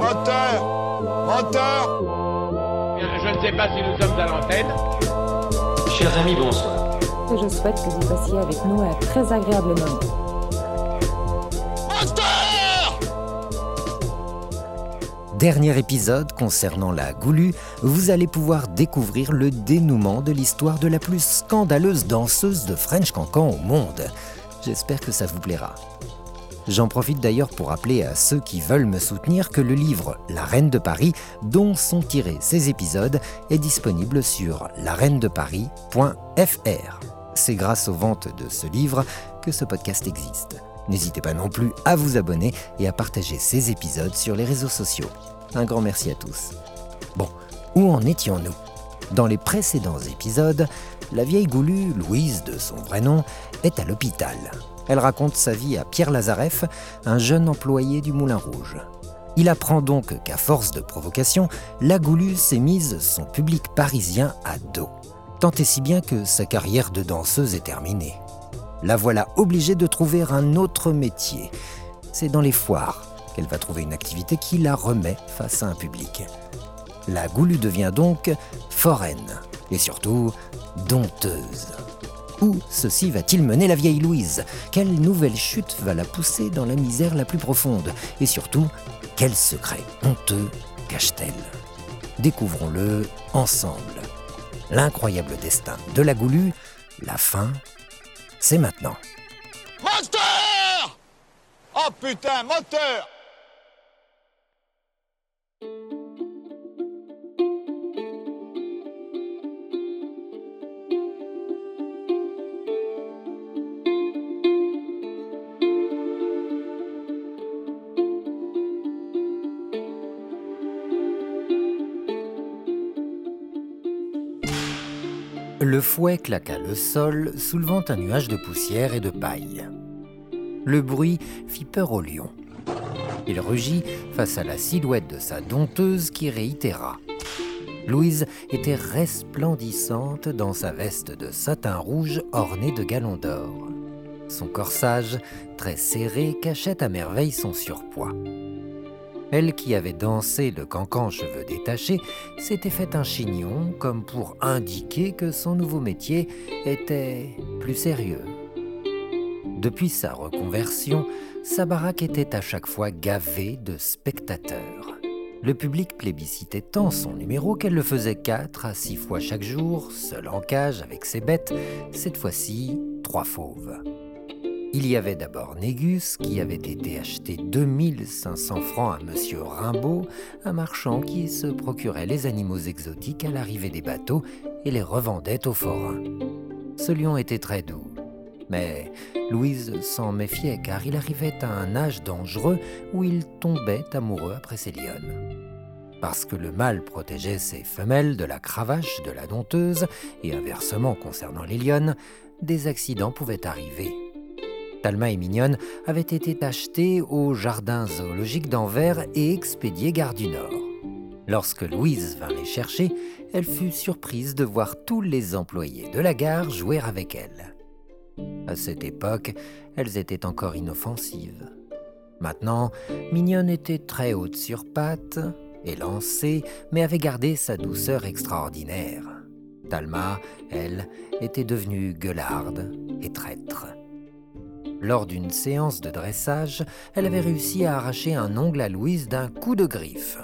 Moteur! Moteur! Bien, je ne sais pas si nous sommes à l'antenne. Chers amis, bonsoir. Et je souhaite que vous passiez avec nous un très agréable moment. Moteur! Dernier épisode concernant la Goulue, vous allez pouvoir découvrir le dénouement de l'histoire de la plus scandaleuse danseuse de French Cancan au monde. J'espère que ça vous plaira. J'en profite d'ailleurs pour rappeler à ceux qui veulent me soutenir que le livre La Reine de Paris, dont sont tirés ces épisodes, est disponible sur lareinedeparis.fr. C'est grâce aux ventes de ce livre que ce podcast existe. N'hésitez pas non plus à vous abonner et à partager ces épisodes sur les réseaux sociaux. Un grand merci à tous. Bon, où en étions-nous ? Dans les précédents épisodes, la vieille Goulue, Louise de son vrai nom, est à l'hôpital. Elle raconte sa vie à Pierre Lazareff, un jeune employé du Moulin Rouge. Il apprend donc qu'à force de provocation, la Goulue s'est mise son public parisien à dos. Tant et si bien que sa carrière de danseuse est terminée. La voilà obligée de trouver un autre métier. C'est dans les foires qu'elle va trouver une activité qui la remet face à un public. La Goulue devient donc foraine et surtout dompteuse. Où ceci va-t-il mener la vieille Louise ? Quelle nouvelle chute va la pousser dans la misère la plus profonde ? Et surtout, quel secret honteux cache-t-elle ? Découvrons-le ensemble. L'incroyable destin de la Goulue, la fin, c'est maintenant. Moteur! Oh putain, moteur! Le fouet claqua le sol, soulevant un nuage de poussière et de paille. Le bruit fit peur au lion. Il rugit face à la silhouette de sa dompteuse qui réitéra. Louise était resplendissante dans sa veste de satin rouge ornée de galons d'or. Son corsage, très serré, cachait à merveille son surpoids. Elle qui avait dansé le cancan cheveux détachés s'était fait un chignon comme pour indiquer que son nouveau métier était plus sérieux. Depuis sa reconversion, sa baraque était à chaque fois gavée de spectateurs. Le public plébiscitait tant son numéro qu'elle le faisait 4 à 6 fois chaque jour, seule en cage avec ses bêtes, cette fois-ci 3 fauves. Il y avait d'abord Négus, qui avait été acheté 2500 francs à Monsieur Rimbaud, un marchand qui se procurait les animaux exotiques à l'arrivée des bateaux et les revendait aux forains. Ce lion était très doux, mais Louise s'en méfiait car il arrivait à un âge dangereux où il tombait amoureux après ses lionnes. Parce que le mâle protégeait ses femelles de la cravache de la dompteuse, et inversement concernant les lionnes, des accidents pouvaient arriver. Talma et Mignonne avaient été achetées au jardin zoologique d'Anvers et expédiées gare du Nord. Lorsque Louise vint les chercher, elle fut surprise de voir tous les employés de la gare jouer avec elle. À cette époque, elles étaient encore inoffensives. Maintenant, Mignonne était très haute sur pattes, élancée, mais avait gardé sa douceur extraordinaire. Talma, elle, était devenue gueularde et traître. Lors d'une séance de dressage, elle avait réussi à arracher un ongle à Louise d'un coup de griffe.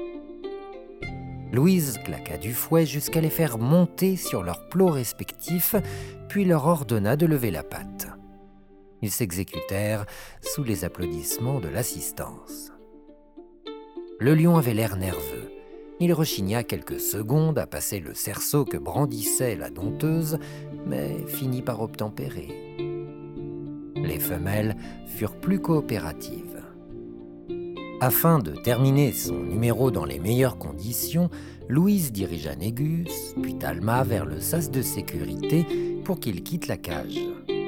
Louise claqua du fouet jusqu'à les faire monter sur leurs plots respectifs, puis leur ordonna de lever la patte. Ils s'exécutèrent sous les applaudissements de l'assistance. Le lion avait l'air nerveux. Il rechigna quelques secondes à passer le cerceau que brandissait la dompteuse, mais finit par obtempérer. Les femelles furent plus coopératives. Afin de terminer son numéro dans les meilleures conditions, Louise dirigea Négus, puis Talma vers le sas de sécurité pour qu'il quitte la cage.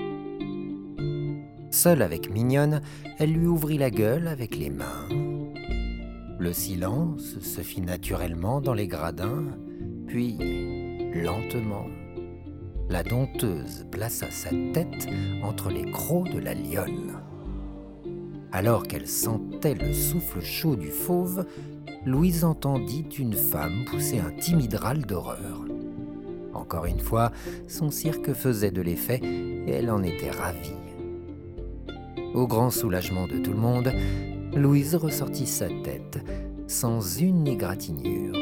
Seule avec Mignonne, elle lui ouvrit la gueule avec les mains. Le silence se fit naturellement dans les gradins, puis, lentement, la dompteuse plaça sa tête entre les crocs de la lionne. Alors qu'elle sentait le souffle chaud du fauve, Louise entendit une femme pousser un timide râle d'horreur. Encore une fois, son cirque faisait de l'effet et elle en était ravie. Au grand soulagement de tout le monde, Louise ressortit sa tête, sans une égratignure.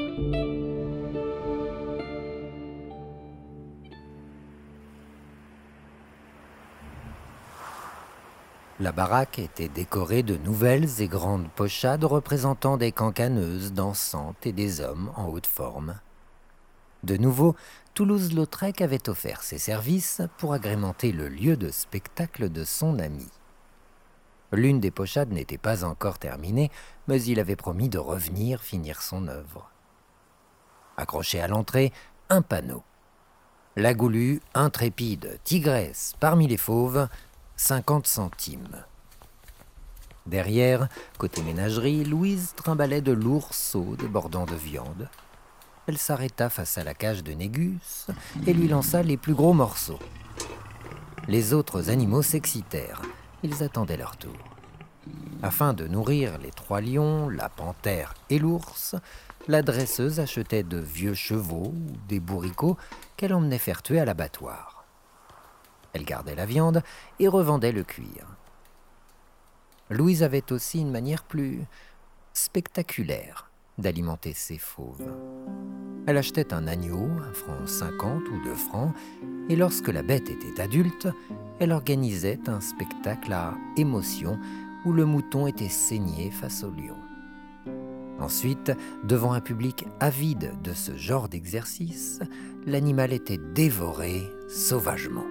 La baraque était décorée de nouvelles et grandes pochades représentant des cancaneuses dansantes et des hommes en haute forme. De nouveau, Toulouse-Lautrec avait offert ses services pour agrémenter le lieu de spectacle de son ami. L'une des pochades n'était pas encore terminée, mais il avait promis de revenir finir son œuvre. Accroché à l'entrée, un panneau. La Goulue, intrépide tigresse parmi les fauves, 50 centimes. Derrière, côté ménagerie, Louise trimballait de lourds seaux débordant de viande. Elle s'arrêta face à la cage de Négus et lui lança les plus gros morceaux. Les autres animaux s'excitèrent. Ils attendaient leur tour. Afin de nourrir les 3 lions, la panthère et l'ours, la dresseuse achetait de vieux chevaux ou des bourricots qu'elle emmenait faire tuer à l'abattoir. Elle gardait la viande et revendait le cuir. Louise avait aussi une manière plus spectaculaire d'alimenter ses fauves. Elle achetait un agneau, 1,50 francs ou 2 francs, et lorsque la bête était adulte, elle organisait un spectacle à émotion où le mouton était saigné face au lion. Ensuite, devant un public avide de ce genre d'exercice, l'animal était dévoré sauvagement.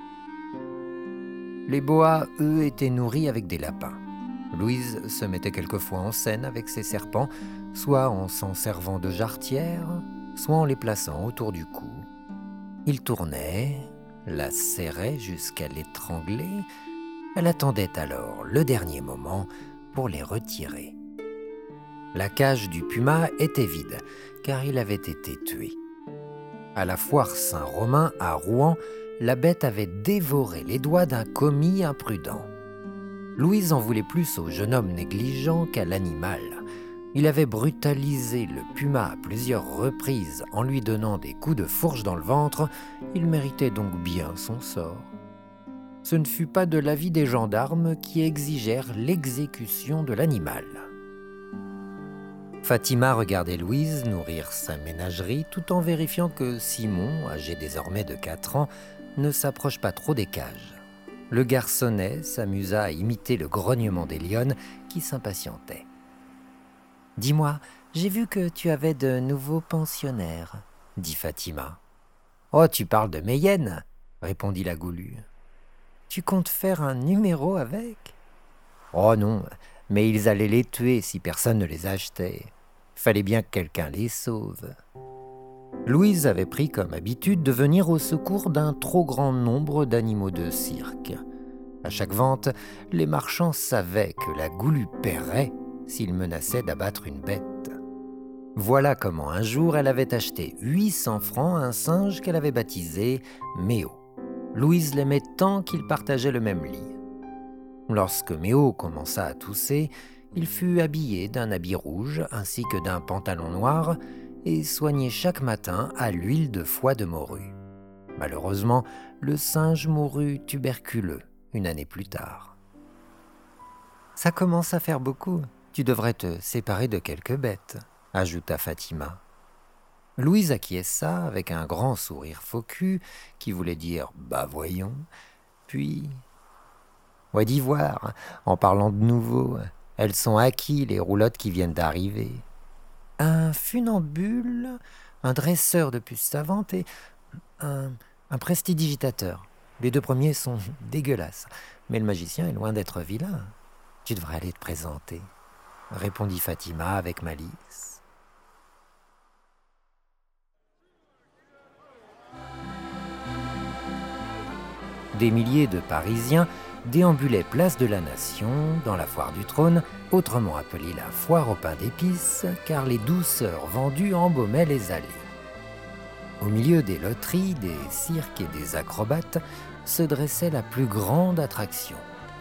Les boas, eux, étaient nourris avec des lapins. Louise se mettait quelquefois en scène avec ses serpents, soit en s'en servant de jarretière, soit en les plaçant autour du cou. Il tournait, la serrait jusqu'à l'étrangler. Elle attendait alors le dernier moment pour les retirer. La cage du puma était vide, car il avait été tué. À la foire Saint-Romain à Rouen, la bête avait dévoré les doigts d'un commis imprudent. Louise en voulait plus au jeune homme négligent qu'à l'animal. Il avait brutalisé le puma à plusieurs reprises en lui donnant des coups de fourche dans le ventre. Il méritait donc bien son sort. Ce ne fut pas de l'avis des gendarmes qui exigèrent l'exécution de l'animal. Fatima regardait Louise nourrir sa ménagerie tout en vérifiant que Simon, âgé désormais de 4 ans, ne s'approche pas trop des cages. Le garçonnet s'amusa à imiter le grognement des lionnes qui s'impatientaient. « Dis-moi, j'ai vu que tu avais de nouveaux pensionnaires, » dit Fatima. « Oh, tu parles de mes hyènes, » répondit la Goulue. « Tu comptes faire un numéro avec ?»« Oh non, mais ils allaient les tuer si personne ne les achetait. Fallait bien que quelqu'un les sauve. » Louise avait pris comme habitude de venir au secours d'un trop grand nombre d'animaux de cirque. À chaque vente, les marchands savaient que la Goulue paierait s'ils menaçaient d'abattre une bête. Voilà comment un jour elle avait acheté 800 francs un singe qu'elle avait baptisé Méo. Louise l'aimait tant qu'ils partageaient le même lit. Lorsque Méo commença à tousser, il fut habillé d'un habit rouge ainsi que d'un pantalon noir et soigné chaque matin à l'huile de foie de morue. Malheureusement, le singe mourut tuberculeux une année plus tard. « Ça commence à faire beaucoup. Tu devrais te séparer de quelques bêtes, » ajouta Fatima. Louise acquiesça avec un grand sourire faux cul qui voulait dire « bah voyons », puis « ouais d'y voir, en parlant de nouveau, elles sont acquis les roulottes qui viennent d'arriver. Un funambule, un dresseur de puces savantes et un prestidigitateur. Les 2 premiers sont dégueulasses, mais le magicien est loin d'être vilain. Tu devrais aller te présenter, » répondit Fatima avec malice. Des milliers de Parisiens déambulaient place de la Nation, dans la foire du Trône, autrement appelée la foire au pain d'épices, car les douceurs vendues embaumaient les allées. Au milieu des loteries, des cirques et des acrobates se dressait la plus grande attraction,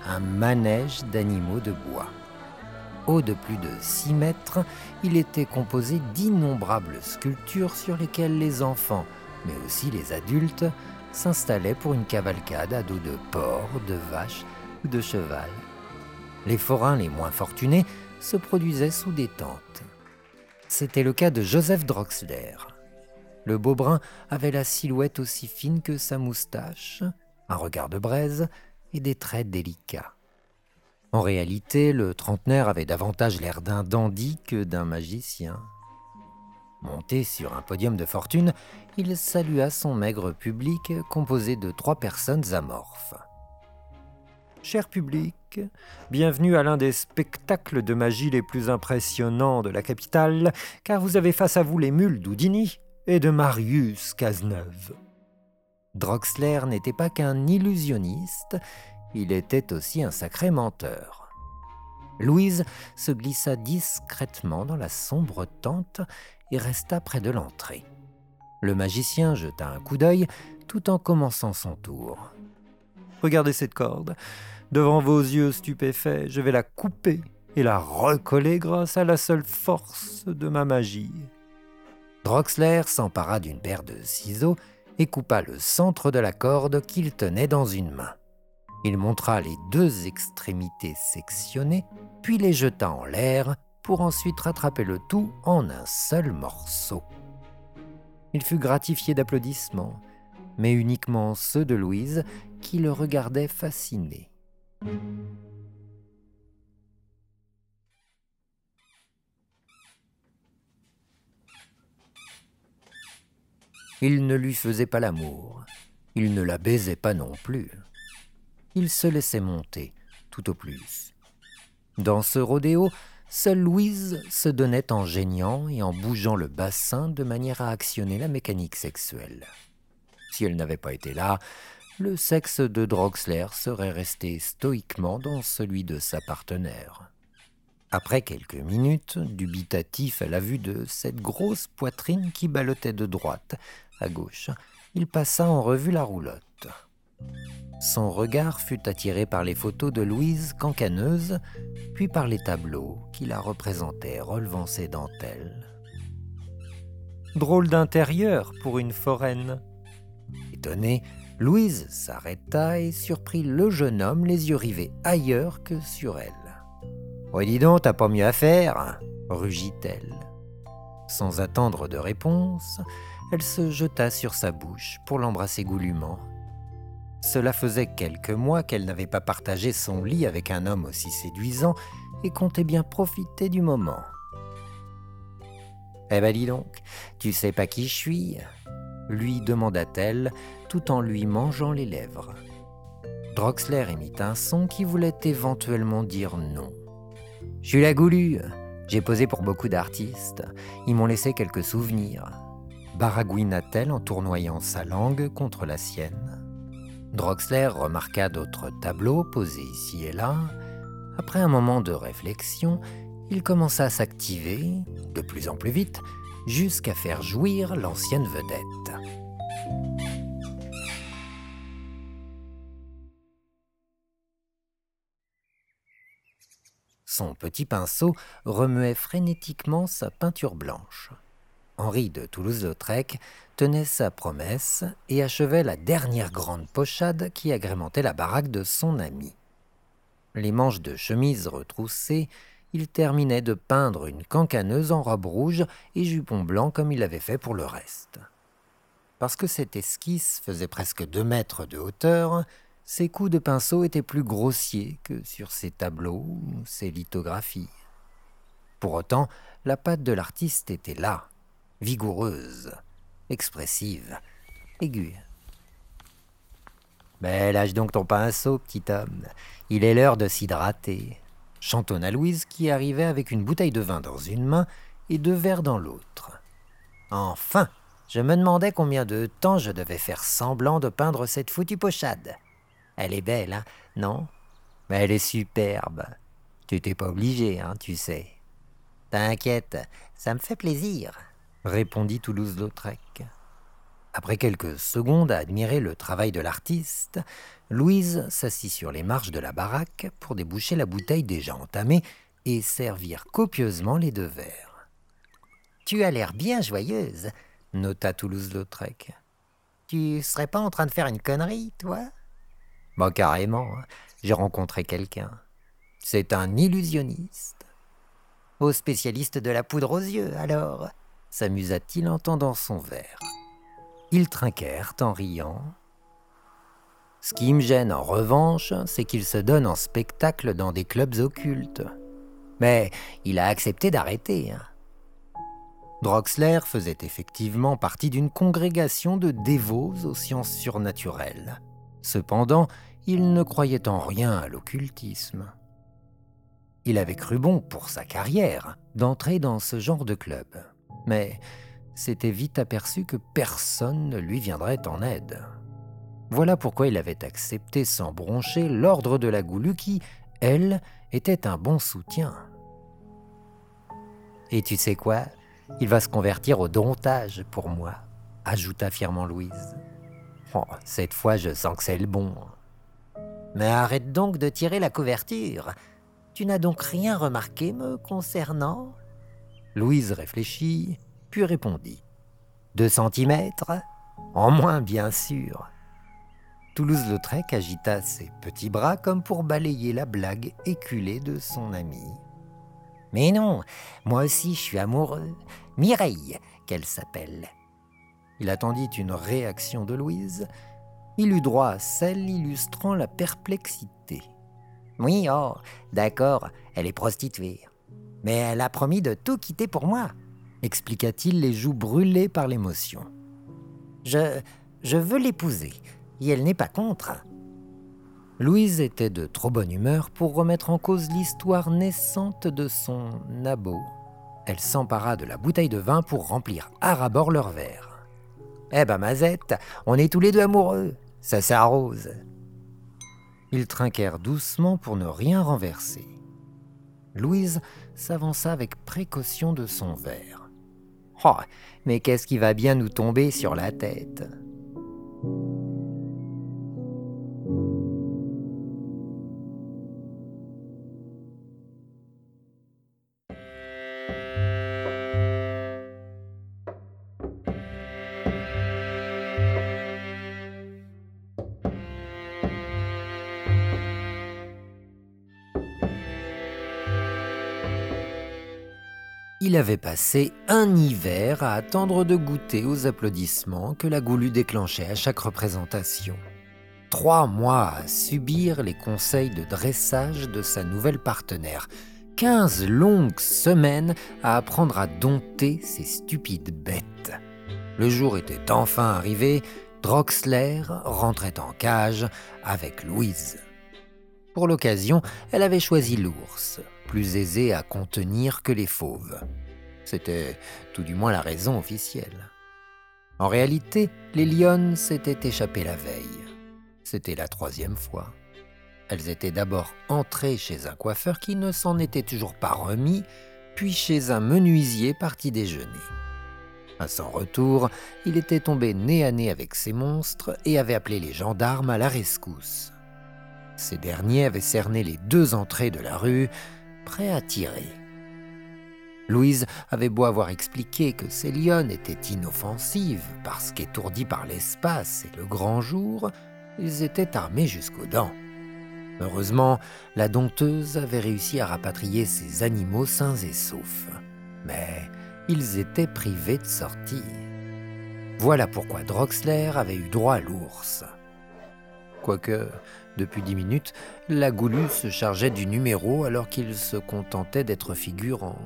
un manège d'animaux de bois. Haut de plus de 6 mètres, il était composé d'innombrables sculptures sur lesquelles les enfants, mais aussi les adultes, s'installaient pour une cavalcade à dos de porc, de vache ou de cheval. Les forains les moins fortunés se produisaient sous des tentes. C'était le cas de Joseph Drosler. Le beau brun avait la silhouette aussi fine que sa moustache, un regard de braise et des traits délicats. En réalité, le trentenaire avait davantage l'air d'un dandy que d'un magicien. Monté sur un podium de fortune, il salua son maigre public composé de 3 personnes amorphes. « Cher public, bienvenue à l'un des spectacles de magie les plus impressionnants de la capitale, car vous avez face à vous les mules d'Houdini et de Marius Cazeneuve. » Drosler n'était pas qu'un illusionniste, il était aussi un sacré menteur. Louise se glissa discrètement dans la sombre tente et resta près de l'entrée. Le magicien jeta un coup d'œil tout en commençant son tour. « Regardez cette corde. Devant vos yeux stupéfaits, je vais la couper et la recoller grâce à la seule force de ma magie. » Drosler s'empara d'une paire de ciseaux et coupa le centre de la corde qu'il tenait dans une main. Il montra les 2 extrémités sectionnées, puis les jeta en l'air pour ensuite rattraper le tout en un seul morceau. Il fut gratifié d'applaudissements, mais uniquement ceux de Louise qui le regardaient fasciné. Il ne lui faisait pas l'amour, il ne la baisait pas non plus. Il se laissait monter, tout au plus. Dans ce rodéo, seule Louise se donnait en geignant et en bougeant le bassin de manière à actionner la mécanique sexuelle. Si elle n'avait pas été là, le sexe de Drosler serait resté stoïquement dans celui de sa partenaire. Après quelques minutes, dubitatif à la vue de cette grosse poitrine qui ballottait de droite à gauche, il passa en revue la roulotte. Son regard fut attiré par les photos de Louise cancaneuse, puis par les tableaux qui la représentaient relevant ses dentelles. Drôle d'intérieur pour une foraine. Étonnée, Louise s'arrêta et surprit le jeune homme les yeux rivés ailleurs que sur elle. « Oh, dis donc, t'as pas mieux à faire ?» rugit-elle. Sans attendre de réponse, elle se jeta sur sa bouche pour l'embrasser goulûment. Cela faisait quelques mois qu'elle n'avait pas partagé son lit avec un homme aussi séduisant et comptait bien profiter du moment. « Eh ben dis donc, tu sais pas qui je suis ?» lui demanda-t-elle tout en lui mangeant les lèvres. Drosler émit un son qui voulait éventuellement dire non. « Je suis la Goulue, j'ai posé pour beaucoup d'artistes, ils m'ont laissé quelques souvenirs. » baragouina-t-elle en tournoyant sa langue contre la sienne. Drosler remarqua d'autres tableaux posés ici et là. Après un moment de réflexion, il commença à s'activer, de plus en plus vite, jusqu'à faire jouir l'ancienne vedette. Son petit pinceau remuait frénétiquement sa peinture blanche. Henri de Toulouse-Lautrec tenait sa promesse et achevait la dernière grande pochade qui agrémentait la baraque de son ami. Les manches de chemise retroussées, il terminait de peindre une cancaneuse en robe rouge et jupon blanc comme il avait fait pour le reste. Parce que cette esquisse faisait presque 2 mètres de hauteur, ses coups de pinceau étaient plus grossiers que sur ses tableaux ou ses lithographies. Pour autant, la patte de l'artiste était là, vigoureuse, expressive, aiguë. « Mais lâche donc ton pinceau, petit homme, il est l'heure de s'hydrater », chantonna Louise qui arrivait avec une bouteille de vin dans une main et 2 verres dans l'autre. « Enfin, je me demandais combien de temps je devais faire semblant de peindre cette foutue pochade. Elle est belle, hein, non? Mais elle est superbe. Tu t'es pas obligé, hein, tu sais. »« T'inquiète, ça me fait plaisir, » répondit Toulouse-Lautrec. Après quelques secondes à admirer le travail de l'artiste, Louise s'assit sur les marches de la baraque pour déboucher la bouteille déjà entamée et servir copieusement les 2 verres. « Tu as l'air bien joyeuse », nota Toulouse-Lautrec. « Tu serais pas en train de faire une connerie, toi ?»« Bah carrément, j'ai rencontré quelqu'un. C'est un illusionniste. »« Au spécialiste de la poudre aux yeux, alors ?» s'amusa-t-il en tendant son verre. Ils trinquèrent en riant. Ce qui me gêne en revanche, c'est qu'il se donne en spectacle dans des clubs occultes. Mais il a accepté d'arrêter. Drosseler faisait effectivement partie d'une congrégation de dévots aux sciences surnaturelles. Cependant, il ne croyait en rien à l'occultisme. Il avait cru bon, pour sa carrière, d'entrer dans ce genre de club. Mais s'était vite aperçu que personne ne lui viendrait en aide. Voilà pourquoi il avait accepté sans broncher l'ordre de la Goulue qui, elle, était un bon soutien. « Et tu sais quoi ? Il va se convertir au domptage pour moi, » ajouta fièrement Louise. « Oh, cette fois, je sens que c'est le bon. »« Mais arrête donc de tirer la couverture. Tu n'as donc rien remarqué me concernant ?» Louise réfléchit, puis répondit. « 2 centimètres ? En moins, bien sûr. » Toulouse-Lautrec agita ses petits bras comme pour balayer la blague éculée de son ami. « Mais non, moi aussi je suis amoureux. Mireille, qu'elle s'appelle. » Il attendit une réaction de Louise. Il eut droit à celle illustrant la perplexité. « Oui, oh, d'accord, elle est prostituée. Mais elle a promis de tout quitter pour moi, » expliqua-t-il, les joues brûlées par l'émotion. « Je veux l'épouser, et elle n'est pas contre. » Louise était de trop bonne humeur pour remettre en cause l'histoire naissante de son abo. Elle s'empara de la bouteille de vin pour remplir à ras-bord leur verre. « Eh ben, Mazette, on est tous les 2 amoureux, ça s'arrose. » Ils trinquèrent doucement pour ne rien renverser. Louise s'avança avec précaution de son verre. « Oh, mais qu'est-ce qui va bien nous tomber sur la tête ?» Il avait passé un hiver à attendre de goûter aux applaudissements que la Goulue déclenchait à chaque représentation. 3 mois à subir les conseils de dressage de sa nouvelle partenaire. 15 longues semaines à apprendre à dompter ces stupides bêtes. Le jour était enfin arrivé, Drosseler rentrait en cage avec Louise. Pour l'occasion, elle avait choisi l'ours, plus aisé à contenir que les fauves. C'était tout du moins la raison officielle. En réalité, les lionnes s'étaient échappées la veille. C'était la 3e fois. Elles étaient d'abord entrées chez un coiffeur qui ne s'en était toujours pas remis, puis chez un menuisier parti déjeuner. À son retour, il était tombé nez à nez avec ces monstres et avait appelé les gendarmes à la rescousse. Ces derniers avaient cerné les 2 entrées de la rue, prêts à tirer. Louise avait beau avoir expliqué que ces lionnes étaient inoffensives parce qu'étourdis par l'espace et le grand jour, ils étaient armés jusqu'aux dents. Heureusement, la dompteuse avait réussi à rapatrier ces animaux sains et saufs. Mais ils étaient privés de sortie. Voilà pourquoi Drosseler avait eu droit à l'ours. Quoique, depuis 10 minutes, la Goulue se chargeait du numéro alors qu'il se contentait d'être figurant.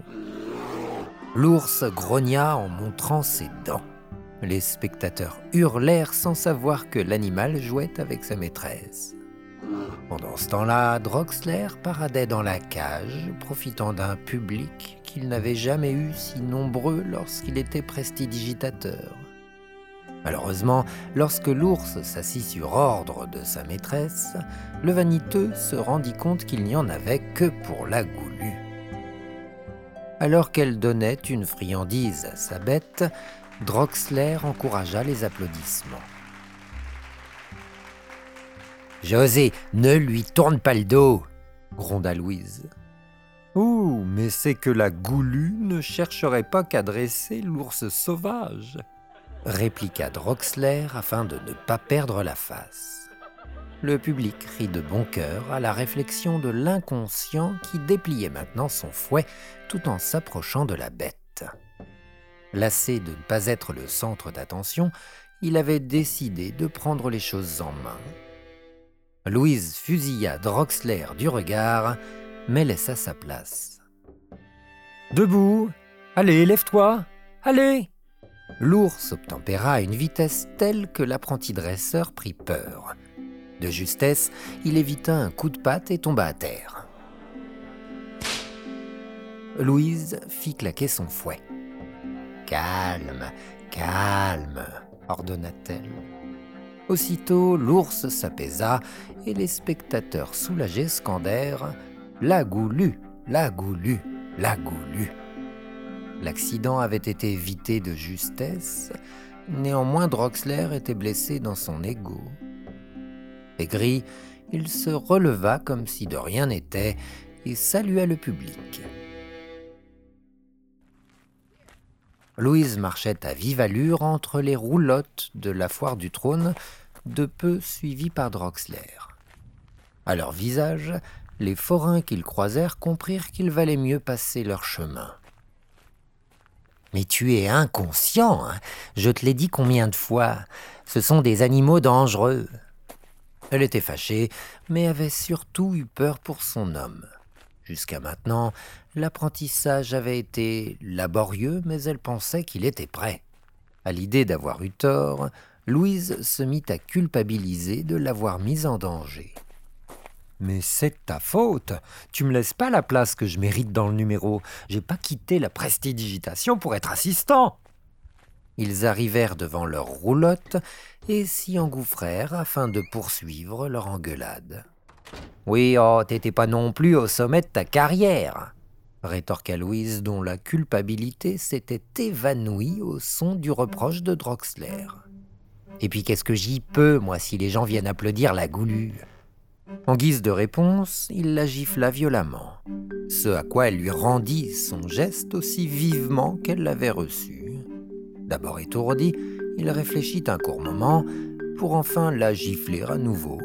L'ours grogna en montrant ses dents. Les spectateurs hurlèrent sans savoir que l'animal jouait avec sa maîtresse. Pendant ce temps-là, Drosseler paradait dans la cage, profitant d'un public qu'il n'avait jamais eu si nombreux lorsqu'il était prestidigitateur. Malheureusement, lorsque l'ours s'assit sur ordre de sa maîtresse, le vaniteux se rendit compte qu'il n'y en avait que pour la Goulue. Alors qu'elle donnait une friandise à sa bête, Drosselmayer encouragea les applaudissements. « José, ne lui tourne pas le dos !» gronda Louise. « Oh, mais c'est que la Goulue ne chercherait pas qu'à dresser l'ours sauvage !» répliqua Drosselmayer afin de ne pas perdre la face. Le public rit de bon cœur à la réflexion de l'inconscient qui dépliait maintenant son fouet tout en s'approchant de la bête. Lassé de ne pas être le centre d'attention, il avait décidé de prendre les choses en main. Louise fusilla Drosselmayer du regard, mais laissa sa place. « Debout! Allez, lève-toi! Allez !» L'ours obtempéra à une vitesse telle que l'apprenti dresseur prit peur. De justesse, il évita un coup de patte et tomba à terre. Louise fit claquer son fouet. « Calme, calme !» ordonna-t-elle. Aussitôt, l'ours s'apaisa et les spectateurs soulagés scandèrent « La Goulue, la Goulue, la Goulue !» L'accident avait été évité de justesse, néanmoins Drosselmayer était blessé dans son ego. Aigri, il se releva comme si de rien n'était et salua le public. Louise marchait à vive allure entre les roulottes de la foire du trône, de peu suivie par Drosselmayer. À leur visage, les forains qu'ils croisèrent comprirent qu'il valait mieux passer leur chemin. « Mais tu es inconscient, hein ? Je te l'ai dit combien de fois ? Ce sont des animaux dangereux. » Elle était fâchée, mais avait surtout eu peur pour son homme. Jusqu'à maintenant, l'apprentissage avait été laborieux, mais elle pensait qu'il était prêt. À l'idée d'avoir eu tort, Louise se mit à culpabiliser de l'avoir mise en danger. « Mais c'est de ta faute. Tu me laisses pas la place que je mérite dans le numéro. J'ai pas quitté la prestidigitation pour être assistant. » Ils arrivèrent devant leur roulotte et s'y engouffrèrent afin de poursuivre leur engueulade. « Oui, oh, t'étais pas non plus au sommet de ta carrière !» rétorqua Louise, dont la culpabilité s'était évanouie au son du reproche de Drosselmayer. « Et puis qu'est-ce que j'y peux, moi, si les gens viennent applaudir la Goulue ?» En guise de réponse, il la gifla violemment, ce à quoi elle lui rendit son geste aussi vivement qu'elle l'avait reçu. D'abord étourdi, il réfléchit un court moment pour enfin la gifler à nouveau.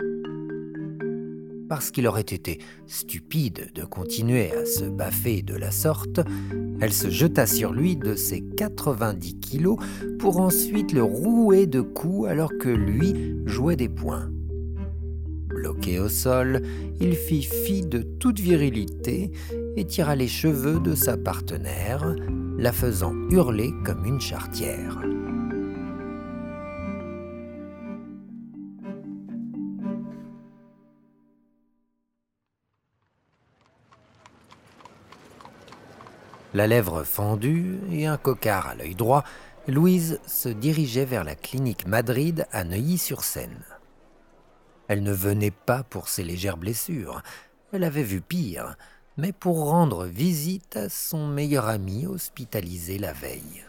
Parce qu'il aurait été stupide de continuer à se baffer de la sorte, elle se jeta sur lui de ses 90 kilos pour ensuite le rouer de coups alors que lui jouait des poings. Bloqué au sol, il fit fi de toute virilité et tira les cheveux de sa partenaire, la faisant hurler comme une charretière. La lèvre fendue et un coquard à l'œil droit, Louise se dirigeait vers la clinique Madrid à Neuilly-sur-Seine. Elle ne venait pas pour ses légères blessures, elle avait vu pire, mais pour rendre visite à son meilleur ami hospitalisé la veille.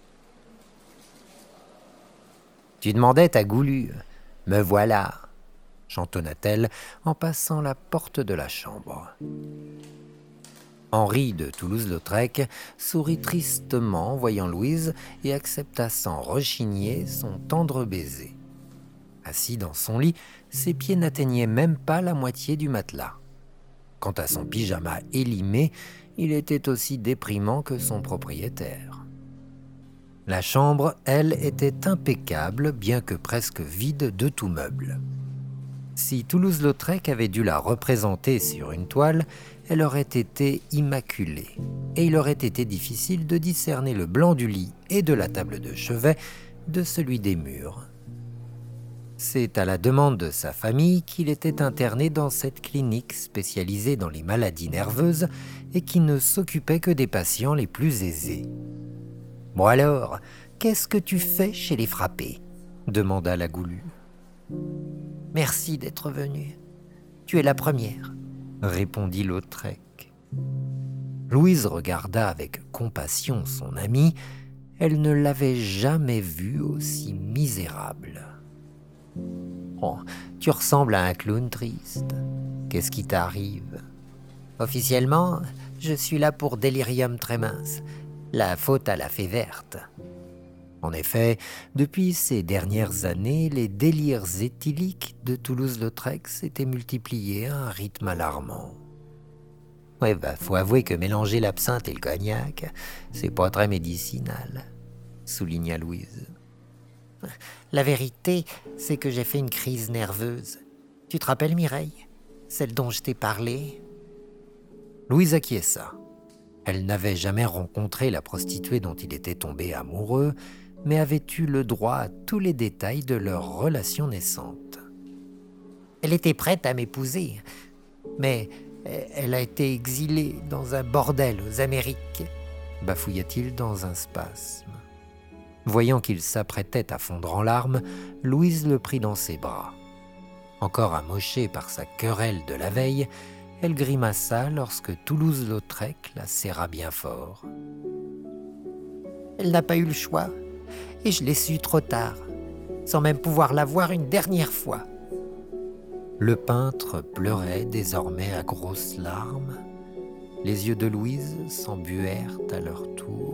« Tu demandais ta Goulue, me voilà !» chantonna-t-elle en passant la porte de la chambre. Henri de Toulouse-Lautrec sourit tristement en voyant Louise et accepta sans rechigner son tendre baiser. Assis dans son lit, ses pieds n'atteignaient même pas la moitié du matelas. Quant à son pyjama élimé, il était aussi déprimant que son propriétaire. La chambre, elle, était impeccable, bien que presque vide de tout meuble. Si Toulouse-Lautrec avait dû la représenter sur une toile, elle aurait été immaculée, et il aurait été difficile de discerner le blanc du lit et de la table de chevet de celui des murs. C'est à la demande de sa famille qu'il était interné dans cette clinique spécialisée dans les maladies nerveuses et qui ne s'occupait que des patients les plus aisés. « Bon alors, qu'est-ce que tu fais chez les frappés ?» demanda la Goulue. « Merci d'être venue. Tu es la première, » répondit Lautrec. Louise regarda avec compassion son amie. elle ne l'avait jamais vu aussi misérable. Oh, tu ressembles à un clown triste. Qu'est-ce qui t'arrive ? Officiellement, je suis là pour Délirium très mince. La faute à la fée verte. En effet, depuis ces dernières années, les délires éthyliques de Toulouse-Lautrec s'étaient multipliés à un rythme alarmant. Ouais, faut avouer que mélanger l'absinthe et le cognac, c'est pas très médicinal, souligna Louise. La vérité, c'est que j'ai fait une crise nerveuse. Tu te rappelles, Mireille ? Celle dont je t'ai parlé ? Louise acquiesça. Elle n'avait jamais rencontré la prostituée dont il était tombé amoureux, mais avait eu le droit à tous les détails de leur relation naissante. Elle était prête à m'épouser, mais elle a été exilée dans un bordel aux Amériques, bafouilla-t-il dans un spasme. Voyant qu'il s'apprêtait à fondre en larmes, Louise le prit dans ses bras. Encore amochée par sa querelle de la veille, elle grimaça lorsque Toulouse-Lautrec la serra bien fort. Elle n'a pas eu le choix, et je l'ai su trop tard, sans même pouvoir la voir une dernière fois. Le peintre pleurait désormais à grosses larmes. Les yeux de Louise s'embuèrent à leur tour.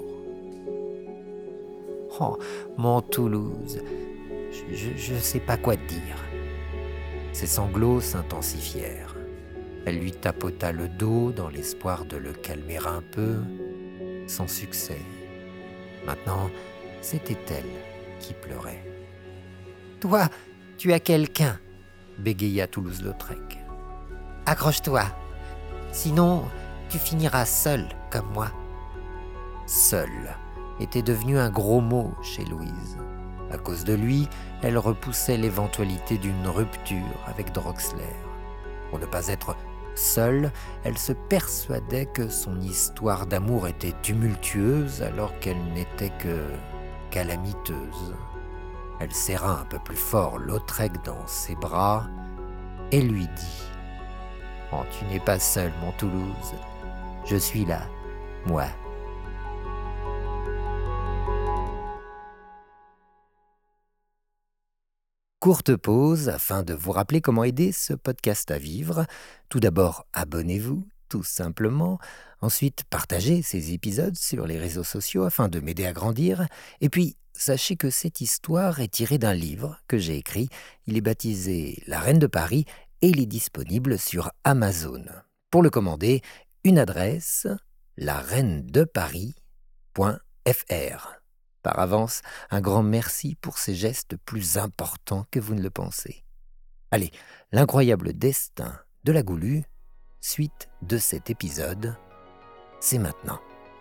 « Oh, mon Toulouse, je sais pas quoi te dire. » Ses sanglots s'intensifièrent. Elle lui tapota le dos dans l'espoir de le calmer un peu, sans succès. Maintenant, c'était elle qui pleurait. « Toi, tu as quelqu'un !» bégaya Toulouse-Lautrec. « Accroche-toi, sinon tu finiras seul comme moi. » Seul était devenu un gros mot chez Louise. À cause de lui, elle repoussait l'éventualité d'une rupture avec Drosler. Pour ne pas être seule, elle se persuadait que son histoire d'amour était tumultueuse alors qu'elle n'était que calamiteuse. Elle serra un peu plus fort Lautrec dans ses bras et lui dit « Oh, tu n'es pas seul, mon Toulouse. Je suis là, moi. » Courte pause afin de vous rappeler comment aider ce podcast à vivre. Tout d'abord, abonnez-vous, tout simplement. Ensuite, partagez ces épisodes sur les réseaux sociaux afin de m'aider à grandir. Et puis, sachez que cette histoire est tirée d'un livre que j'ai écrit. Il est baptisé « La Reine de Paris » et il est disponible sur Amazon. Pour le commander, une adresse, lareinedeparis.fr. Par avance, un grand merci pour ces gestes plus importants que vous ne le pensez. Allez, l'incroyable destin de la Goulue, suite de cet épisode, c'est maintenant.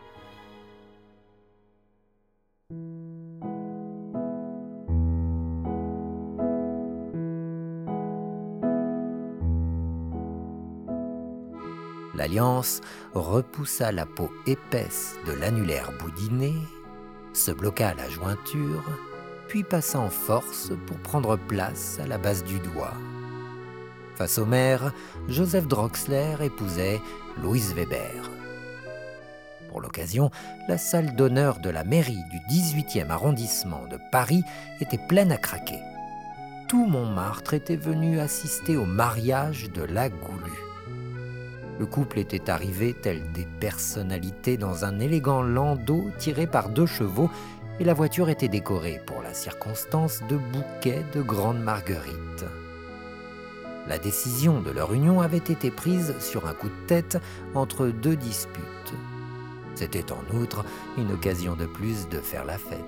L'Alliance repoussa la peau épaisse de l'annulaire boudiné, se bloqua à la jointure, puis passa en force pour prendre place à la base du doigt. Face au maire, Joseph Drosler épousait Louise Weber. Pour l'occasion, la salle d'honneur de la mairie du 18e arrondissement de Paris était pleine à craquer. Tout Montmartre était venu assister au mariage de la Goulue. Le couple était arrivé tel des personnalités dans un élégant landau tiré par 2 chevaux et la voiture était décorée pour la circonstance de bouquets de grandes marguerites. La décision de leur union avait été prise sur un coup de tête entre 2 disputes. C'était en outre une occasion de plus de faire la fête.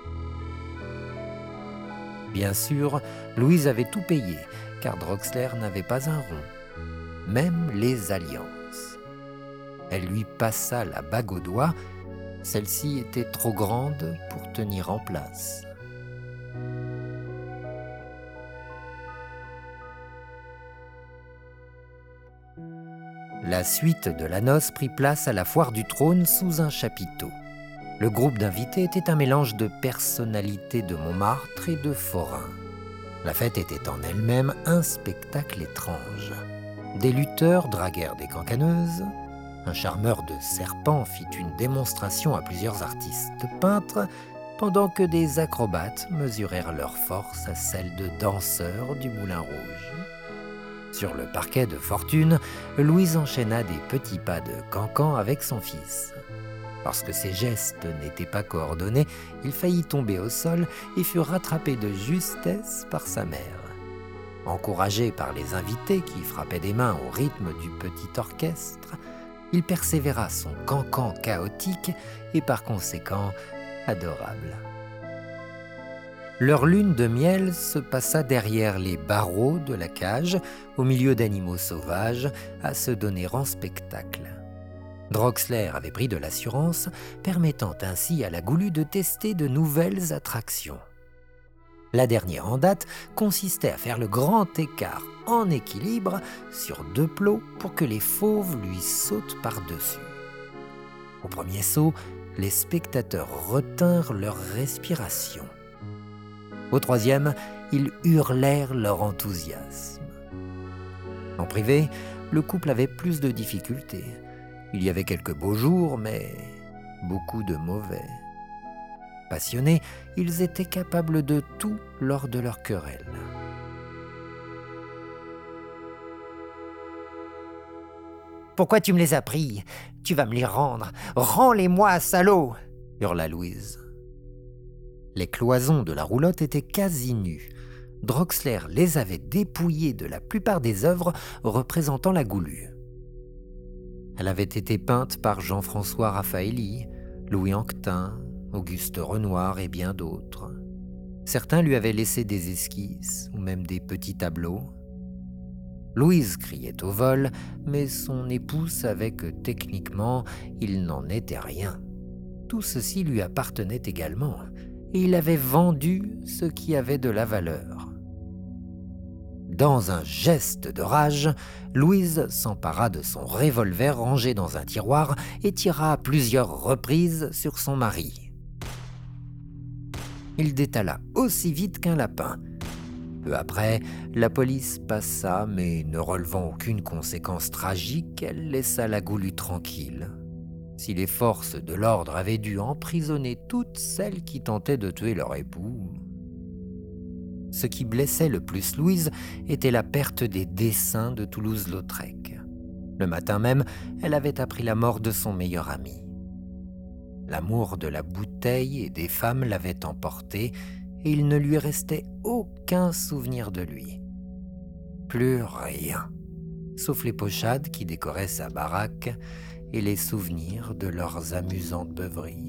Bien sûr, Louise avait tout payé, car Drosler n'avait pas un rond. Même les alliances. Elle lui passa la bague au doigt, celle-ci était trop grande pour tenir en place. La suite de la noce prit place à la foire du trône sous un chapiteau. Le groupe d'invités était un mélange de personnalités de Montmartre et de forains. La fête était en elle-même un spectacle étrange. Des lutteurs draguèrent des cancaneuses, Un charmeur de serpents fit une démonstration à plusieurs artistes peintres, pendant que des acrobates mesurèrent leur force à celle de danseurs du Moulin Rouge. Sur le parquet de Fortune, Louise enchaîna des petits pas de cancan avec son fils. Lorsque ses gestes n'étaient pas coordonnés, il faillit tomber au sol et fut rattrapé de justesse par sa mère. Encouragé par les invités qui frappaient des mains au rythme du petit orchestre, il persévéra son cancan chaotique et par conséquent adorable. Leur lune de miel se passa derrière les barreaux de la cage, au milieu d'animaux sauvages, à se donner en spectacle. Drosselmayer avait pris de l'assurance, permettant ainsi à la Goulue de tester de nouvelles attractions. La dernière en date consistait à faire le grand écart en équilibre sur 2 plots pour que les fauves lui sautent par-dessus. Au premier saut, les spectateurs retinrent leur respiration. Au troisième, ils hurlèrent leur enthousiasme. En privé, le couple avait plus de difficultés. Il y avait quelques beaux jours, mais beaucoup de mauvais. Passionnés, ils étaient capables de tout lors de leur querelle. « Pourquoi tu me les as pris ? Tu vas me les rendre. Rends-les-moi, salaud !» hurla Louise. Les cloisons de la roulotte étaient quasi nues. Drosselmayer les avait dépouillées de la plupart des œuvres représentant la Goulue. Elle avait été peinte par Jean-François Raffaelli, Louis Anquetin, Auguste Renoir et bien d'autres. Certains lui avaient laissé des esquisses ou même des petits tableaux. Louise criait au vol, mais son époux savait que techniquement, il n'en était rien. Tout ceci lui appartenait également, et il avait vendu ce qui avait de la valeur. Dans un geste de rage, Louise s'empara de son revolver rangé dans un tiroir et tira à plusieurs reprises sur son mari. Il détala aussi vite qu'un lapin. Peu après, la police passa, mais ne relevant aucune conséquence tragique, elle laissa la Goulue tranquille. Si les forces de l'ordre avaient dû emprisonner toutes celles qui tentaient de tuer leur époux... Ce qui blessait le plus Louise était la perte des dessins de Toulouse-Lautrec. Le matin même, elle avait appris la mort de son meilleur ami. L'amour de la bouteille et des femmes l'avait emporté, et il ne lui restait aucun souvenir de lui. Plus rien, sauf les pochades qui décoraient sa baraque et les souvenirs de leurs amusantes beuveries.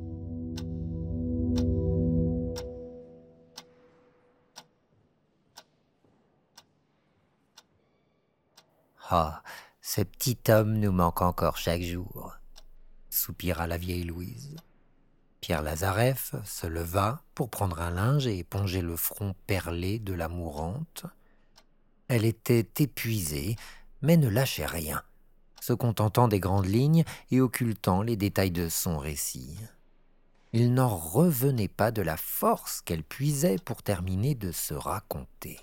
Ah, ce petit homme nous manque encore chaque jour, soupira la vieille Louise. Pierre Lazareff se leva pour prendre un linge et éponger le front perlé de la mourante. Elle était épuisée, mais ne lâchait rien, se contentant des grandes lignes et occultant les détails de son récit. Il n'en revenait pas de la force qu'elle puisait pour terminer de se raconter.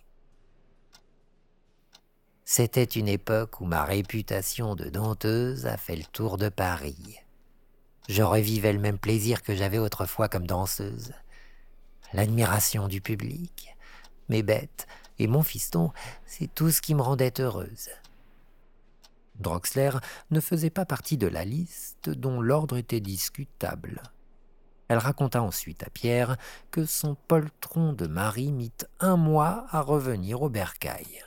C'était une époque où ma réputation de dompteuse a fait le tour de Paris. Je revivais le même plaisir que j'avais autrefois comme danseuse. L'admiration du public, mes bêtes et mon fiston, c'est tout ce qui me rendait heureuse. Drosselmayer ne faisait pas partie de la liste dont l'ordre était discutable. Elle raconta ensuite à Pierre que son poltron de mari mit 1 mois à revenir au bercail.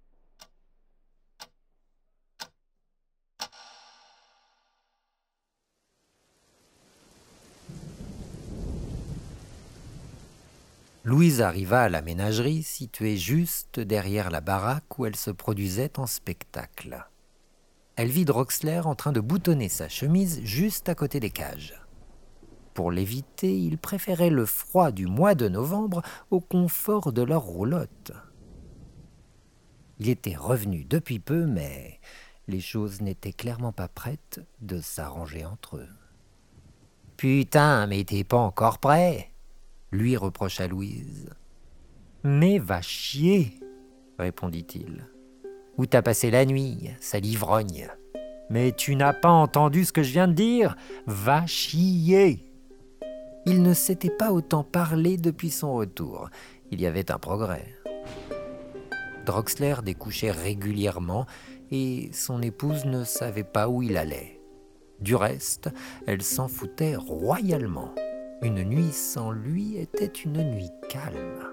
Louise arriva à la ménagerie située juste derrière la baraque où elle se produisait en spectacle. Elle vit Drosselmayer en train de boutonner sa chemise juste à côté des cages. Pour l'éviter, il préférait le froid du mois de novembre au confort de leur roulotte. Il était revenu depuis peu, mais les choses n'étaient clairement pas prêtes de s'arranger entre eux. « Putain, mais t'es pas encore prêt !» lui reprocha Louise. « Mais va chier !» répondit-il. « Où t'as passé la nuit, sale ivrogne ? Mais tu n'as pas entendu ce que je viens de dire ? Va chier !» Il ne s'était pas autant parlé depuis son retour. Il y avait un progrès. Drosseler découchait régulièrement et son épouse ne savait pas où il allait. Du reste, elle s'en foutait royalement. Une nuit sans lui était une nuit calme.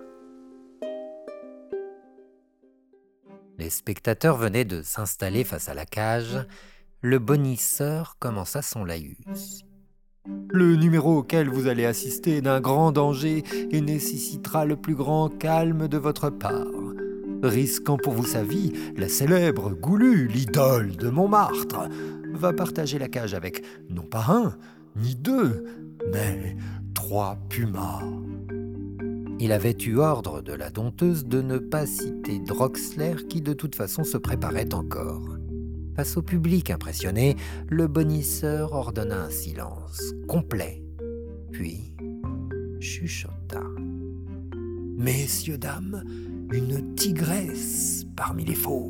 Les spectateurs venaient de s'installer face à la cage. Le bonisseur commença son laïus. « Le numéro auquel vous allez assister est d'un grand danger et nécessitera le plus grand calme de votre part. Risquant pour vous sa vie, la célèbre Goulue, l'idole de Montmartre, va partager la cage avec non pas un, ni deux, mais 3 pumas. » Il avait eu ordre de la dompteuse de ne pas citer Drosseler qui de toute façon se préparait encore. Face au public impressionné, le bonisseur ordonna un silence complet, puis chuchota. « Messieurs, dames, une tigresse parmi les fauves. »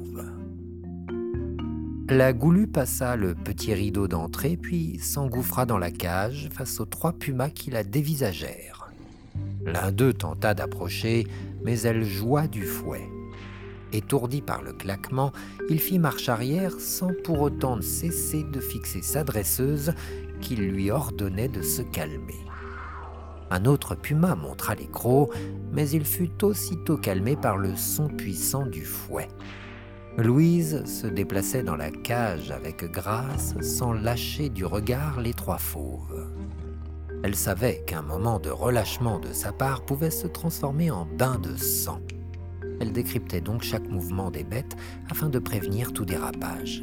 La Goulue passa le petit rideau d'entrée, puis s'engouffra dans la cage face aux 3 pumas qui la dévisagèrent. L'un d'eux tenta d'approcher, mais elle joua du fouet. Étourdi par le claquement, il fit marche arrière sans pour autant cesser de fixer sa dresseuse qui lui ordonnait de se calmer. Un autre puma montra les crocs, mais il fut aussitôt calmé par le son puissant du fouet. Louise se déplaçait dans la cage avec grâce, sans lâcher du regard les 3 fauves. Elle savait qu'un moment de relâchement de sa part pouvait se transformer en bain de sang. Elle décryptait donc chaque mouvement des bêtes afin de prévenir tout dérapage.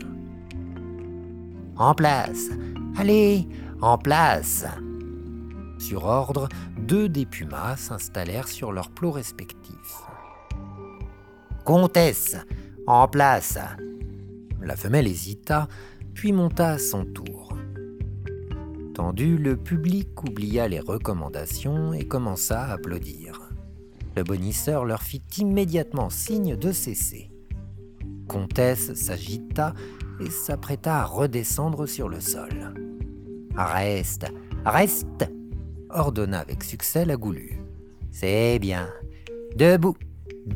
« En place ! Allez, en place !» Sur ordre, 2 des pumas s'installèrent sur leurs plots respectifs. « Comtesse, en place !» La femelle hésita, puis monta à son tour. Tendu, le public oublia les recommandations et commença à applaudir. Le bonisseur leur fit immédiatement signe de cesser. Comtesse s'agita et s'apprêta à redescendre sur le sol. « Reste, reste !» ordonna avec succès la Goulue. « C'est bien. Debout, debout !»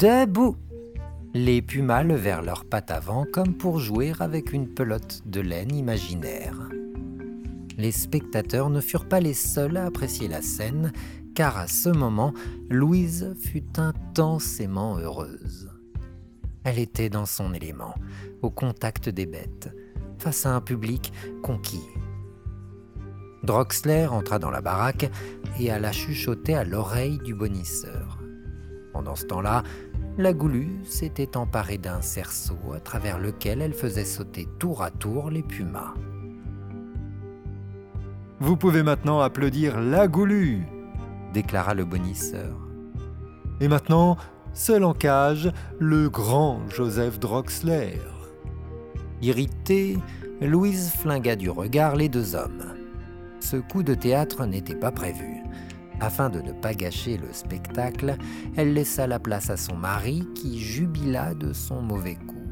Les pumas levèrent leurs pattes avant comme pour jouer avec une pelote de laine imaginaire. Les spectateurs ne furent pas les seuls à apprécier la scène, car à ce moment, Louise fut intensément heureuse. Elle était dans son élément, au contact des bêtes, face à un public conquis. Drosseler entra dans la baraque et alla chuchoter à l'oreille du bonisseur. Pendant ce temps-là, la Goulue s'était emparée d'un cerceau à travers lequel elle faisait sauter tour à tour les pumas. « Vous pouvez maintenant applaudir la Goulue !» déclara le bonisseur. « Et maintenant, seul en cage, le grand Joseph Drosseler. » Irritée, Louise flingua du regard les 2 hommes. Ce coup de théâtre n'était pas prévu. Afin de ne pas gâcher le spectacle, elle laissa la place à son mari qui jubila de son mauvais coup.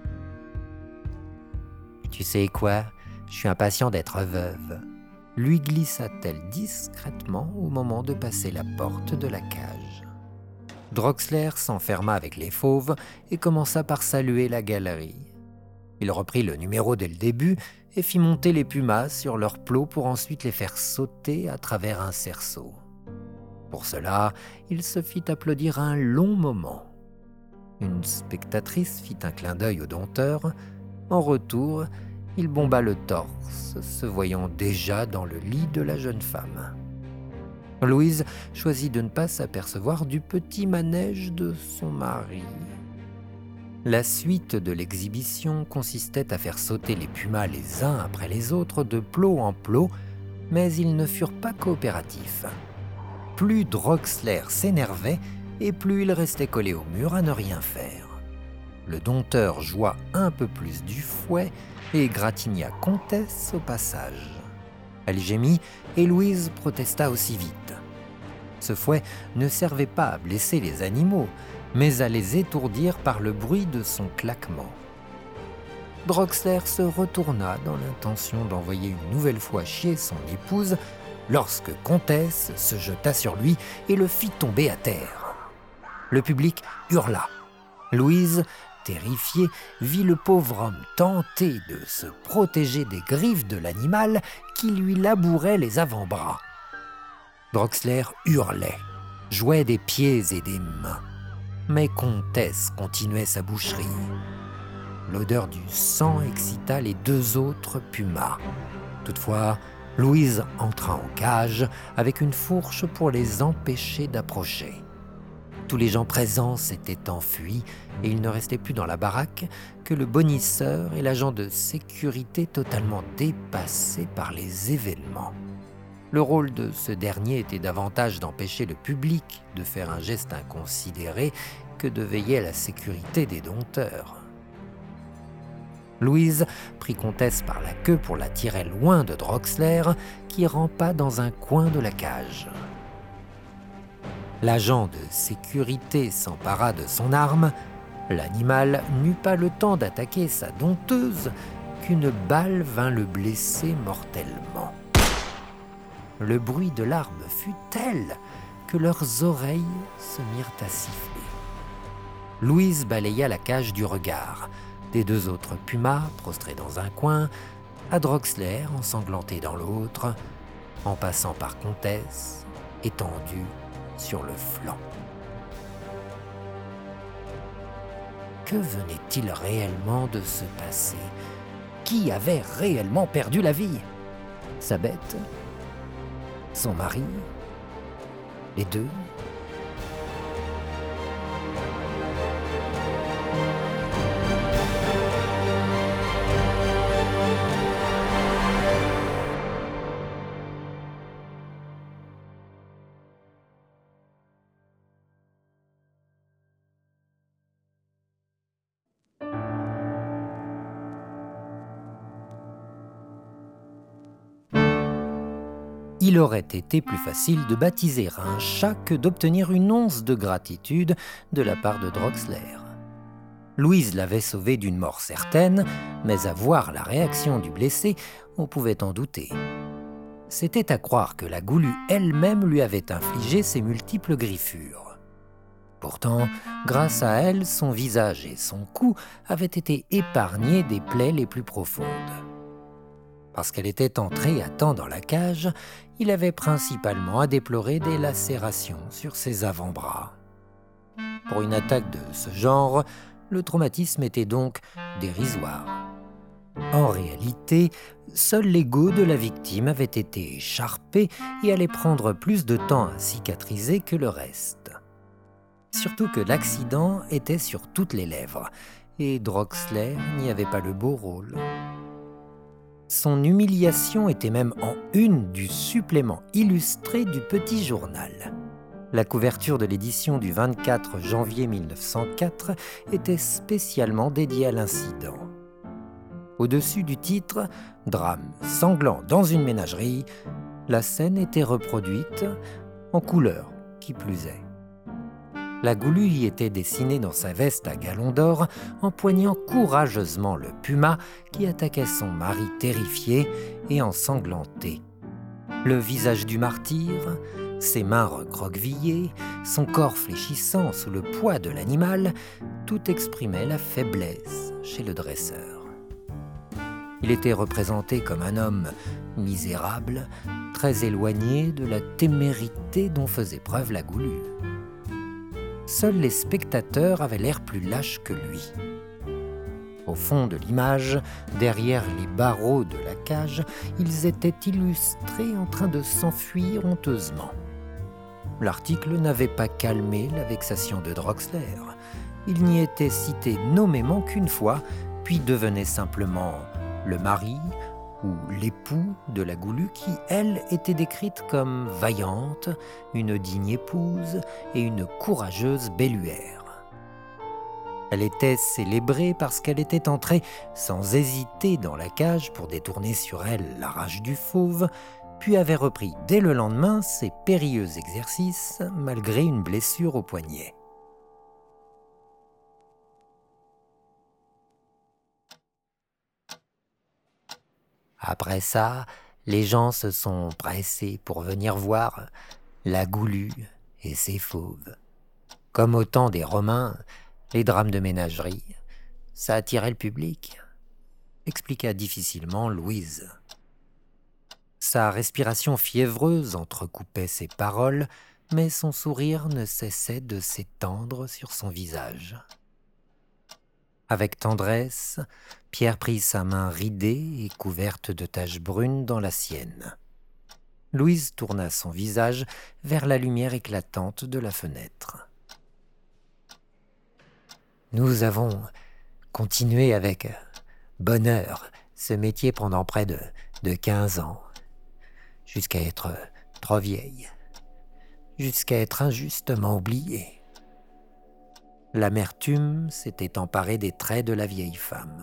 « Tu sais quoi ? Je suis impatient d'être veuve. » lui glissa-t-elle discrètement au moment de passer la porte de la cage. Drosseler s'enferma avec les fauves et commença par saluer la galerie. Il reprit le numéro dès le début et fit monter les pumas sur leurs plots pour ensuite les faire sauter à travers un cerceau. Pour cela, il se fit applaudir un long moment. Une spectatrice fit un clin d'œil au dompteur. En retour, il bomba le torse, se voyant déjà dans le lit de la jeune femme. Louise choisit de ne pas s'apercevoir du petit manège de son mari. La suite de l'exhibition consistait à faire sauter les pumas les uns après les autres de plot en plot, mais ils ne furent pas coopératifs. Plus Drosseler s'énervait et plus il restait collé au mur à ne rien faire. Le dompteur joua un peu plus du fouet et gratigna Comtesse au passage. Elle gémit et Louise protesta aussi vite. Ce fouet ne servait pas à blesser les animaux, mais à les étourdir par le bruit de son claquement. Drosler se retourna dans l'intention d'envoyer une nouvelle fois chier son épouse lorsque Comtesse se jeta sur lui et le fit tomber à terre. Le public hurla. Louise, terrifiée, vit le pauvre homme tenter de se protéger des griffes de l'animal qui lui labourait les avant-bras. Drosler hurlait, jouait des pieds et des mains. Mais Comtesse continuait sa boucherie. L'odeur du sang excita les deux autres pumas. Toutefois, Louise entra en cage avec une fourche pour les empêcher d'approcher. Tous les gens présents s'étaient enfuis et il ne restait plus dans la baraque que le bonisseur et l'agent de sécurité totalement dépassés par les événements. Le rôle de ce dernier était davantage d'empêcher le public de faire un geste inconsidéré que de veiller à la sécurité des dompteurs. Louise prit Comtesse par la queue pour la tirer loin de Drosler, qui rampa dans un coin de la cage. L'agent de sécurité s'empara de son arme. L'animal n'eut pas le temps d'attaquer sa dompteuse qu'une balle vint le blesser mortellement. Le bruit de l'arme fut tel que leurs oreilles se mirent à siffler. Louise balaya la cage du regard des deux autres pumas prostrés dans un coin, à Drosler ensanglanté dans l'autre, en passant par Comtesse étendue sur le flanc. Que venait-il réellement de se passer? Qui avait réellement perdu la vie? Sa bête? Son mari? Les deux? Il aurait été plus facile de baptiser un chat que d'obtenir une once de gratitude de la part de Drosler. Louise l'avait sauvé d'une mort certaine, mais à voir la réaction du blessé, on pouvait en douter. C'était à croire que la goulue elle-même lui avait infligé ses multiples griffures. Pourtant, grâce à elle, son visage et son cou avaient été épargnés des plaies les plus profondes. Parce qu'elle était entrée à temps dans la cage, il avait principalement à déplorer des lacérations sur ses avant-bras. Pour une attaque de ce genre, le traumatisme était donc dérisoire. En réalité, seul l'ego de la victime avait été écharpé et allait prendre plus de temps à cicatriser que le reste. Surtout que l'accident était sur toutes les lèvres, et Drosler n'y avait pas le beau rôle. Son humiliation était même en une du supplément illustré du Petit Journal. La couverture de l'édition du 24 janvier 1904 était spécialement dédiée à l'incident. Au-dessus du titre « Drame sanglant dans une ménagerie », la scène était reproduite en couleur, qui plus est. La goulue y était dessinée dans sa veste à galons d'or, empoignant courageusement le puma qui attaquait son mari terrifié et ensanglanté. Le visage du martyr, ses mains recroquevillées, son corps fléchissant sous le poids de l'animal, tout exprimait la faiblesse chez le dresseur. Il était représenté comme un homme misérable, très éloigné de la témérité dont faisait preuve la goulue. Seuls les spectateurs avaient l'air plus lâches que lui. Au fond de l'image, derrière les barreaux de la cage, ils étaient illustrés en train de s'enfuir honteusement. L'article n'avait pas calmé la vexation de Drosler. Il n'y était cité nommément qu'une fois, puis devenait simplement le mari ou l'époux de la goulue qui, elle, était décrite comme vaillante, une digne épouse et une courageuse belluaire. Elle était célébrée parce qu'elle était entrée sans hésiter dans la cage pour détourner sur elle la rage du fauve, puis avait repris dès le lendemain ses périlleux exercices malgré une blessure au poignet. Après ça, les gens se sont pressés pour venir voir la Goulue et ses fauves. Comme au temps des Romains, les drames de ménagerie, ça attirait le public, expliqua difficilement Louise. Sa respiration fiévreuse entrecoupait ses paroles, mais son sourire ne cessait de s'étendre sur son visage. Avec tendresse, Pierre prit sa main ridée et couverte de taches brunes dans la sienne. Louise tourna son visage vers la lumière éclatante de la fenêtre. Nous avons continué avec bonheur ce métier pendant près de 15 ans, jusqu'à être trop vieille, jusqu'à être injustement oubliée. L'amertume s'était emparée des traits de la vieille femme.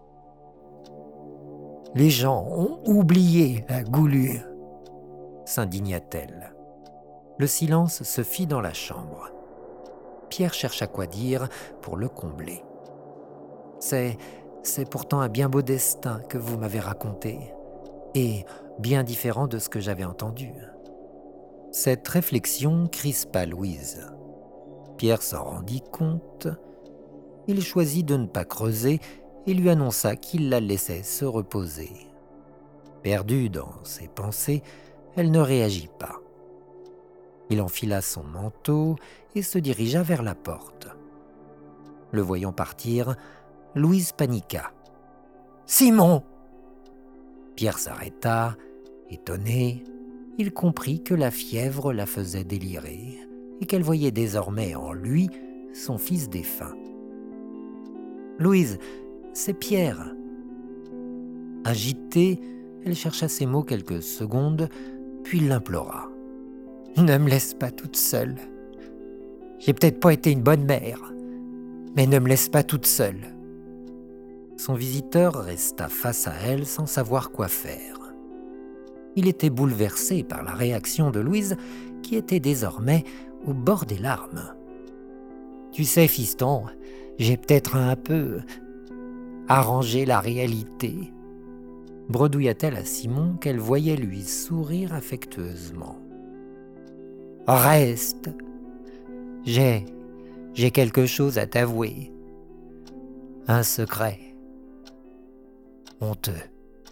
« Les gens ont oublié la Goulue !» s'indigna-t-elle. Le silence se fit dans la chambre. Pierre chercha quoi dire pour le combler. « C'est pourtant un bien beau destin que vous m'avez raconté, et bien différent de ce que j'avais entendu. » Cette réflexion crispa Louise. Pierre s'en rendit compte. Il choisit de ne pas creuser et lui annonça qu'il la laissait se reposer. Perdue dans ses pensées, elle ne réagit pas. Il enfila son manteau et se dirigea vers la porte. Le voyant partir, Louise paniqua. « Simon !» Pierre s'arrêta, étonné. Il comprit que la fièvre la faisait délirer et qu'elle voyait désormais en lui son fils défunt. « Louise, c'est Pierre !» Agitée, elle chercha ses mots quelques secondes, puis l'implora. « Ne me laisse pas toute seule. J'ai peut-être pas été une bonne mère, mais ne me laisse pas toute seule. » Son visiteur resta face à elle sans savoir quoi faire. Il était bouleversé par la réaction de Louise, qui était désormais au bord des larmes. « Tu sais, fiston, j'ai peut-être un peu arrangé la réalité. » bredouilla-t-elle à Simon qu'elle voyait lui sourire affectueusement. « Reste, j'ai quelque chose à t'avouer. Un secret honteux. »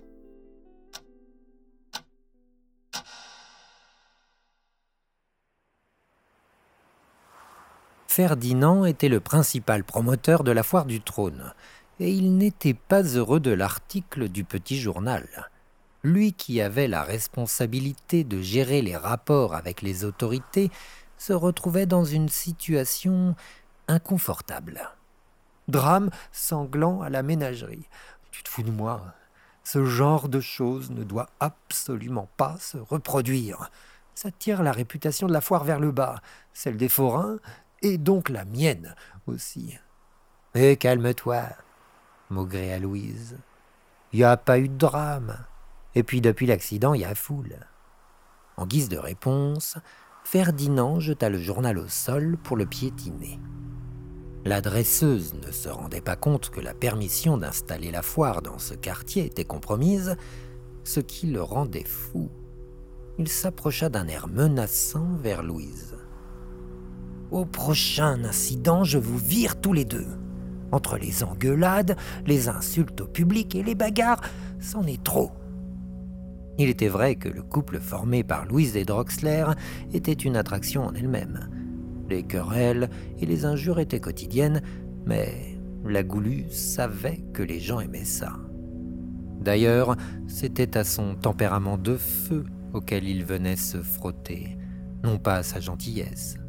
Ferdinand était le principal promoteur de la foire du trône, et il n'était pas heureux de l'article du petit journal. Lui qui avait la responsabilité de gérer les rapports avec les autorités se retrouvait dans une situation inconfortable. Drame sanglant à la ménagerie. Tu te fous de moi? Ce genre de choses ne doit absolument pas se reproduire. Ça tire la réputation de la foire vers le bas, celle des forains, et donc la mienne aussi. « Mais calme-toi », maugréa Louise. « Il n'y a pas eu de drame. Et puis depuis l'accident, il y a foule. » En guise de réponse, Ferdinand jeta le journal au sol pour le piétiner. La dresseuse ne se rendait pas compte que la permission d'installer la foire dans ce quartier était compromise, ce qui le rendait fou. Il s'approcha d'un air menaçant vers Louise. « Au prochain incident, je vous vire tous les deux. Entre les engueulades, les insultes au public et les bagarres, c'en est trop. » Il était vrai que le couple formé par Louise et Drosseler était une attraction en elle-même. Les querelles et les injures étaient quotidiennes, mais la Goulue savait que les gens aimaient ça. D'ailleurs, c'était à son tempérament de feu auquel il venait se frotter, non pas à sa gentillesse.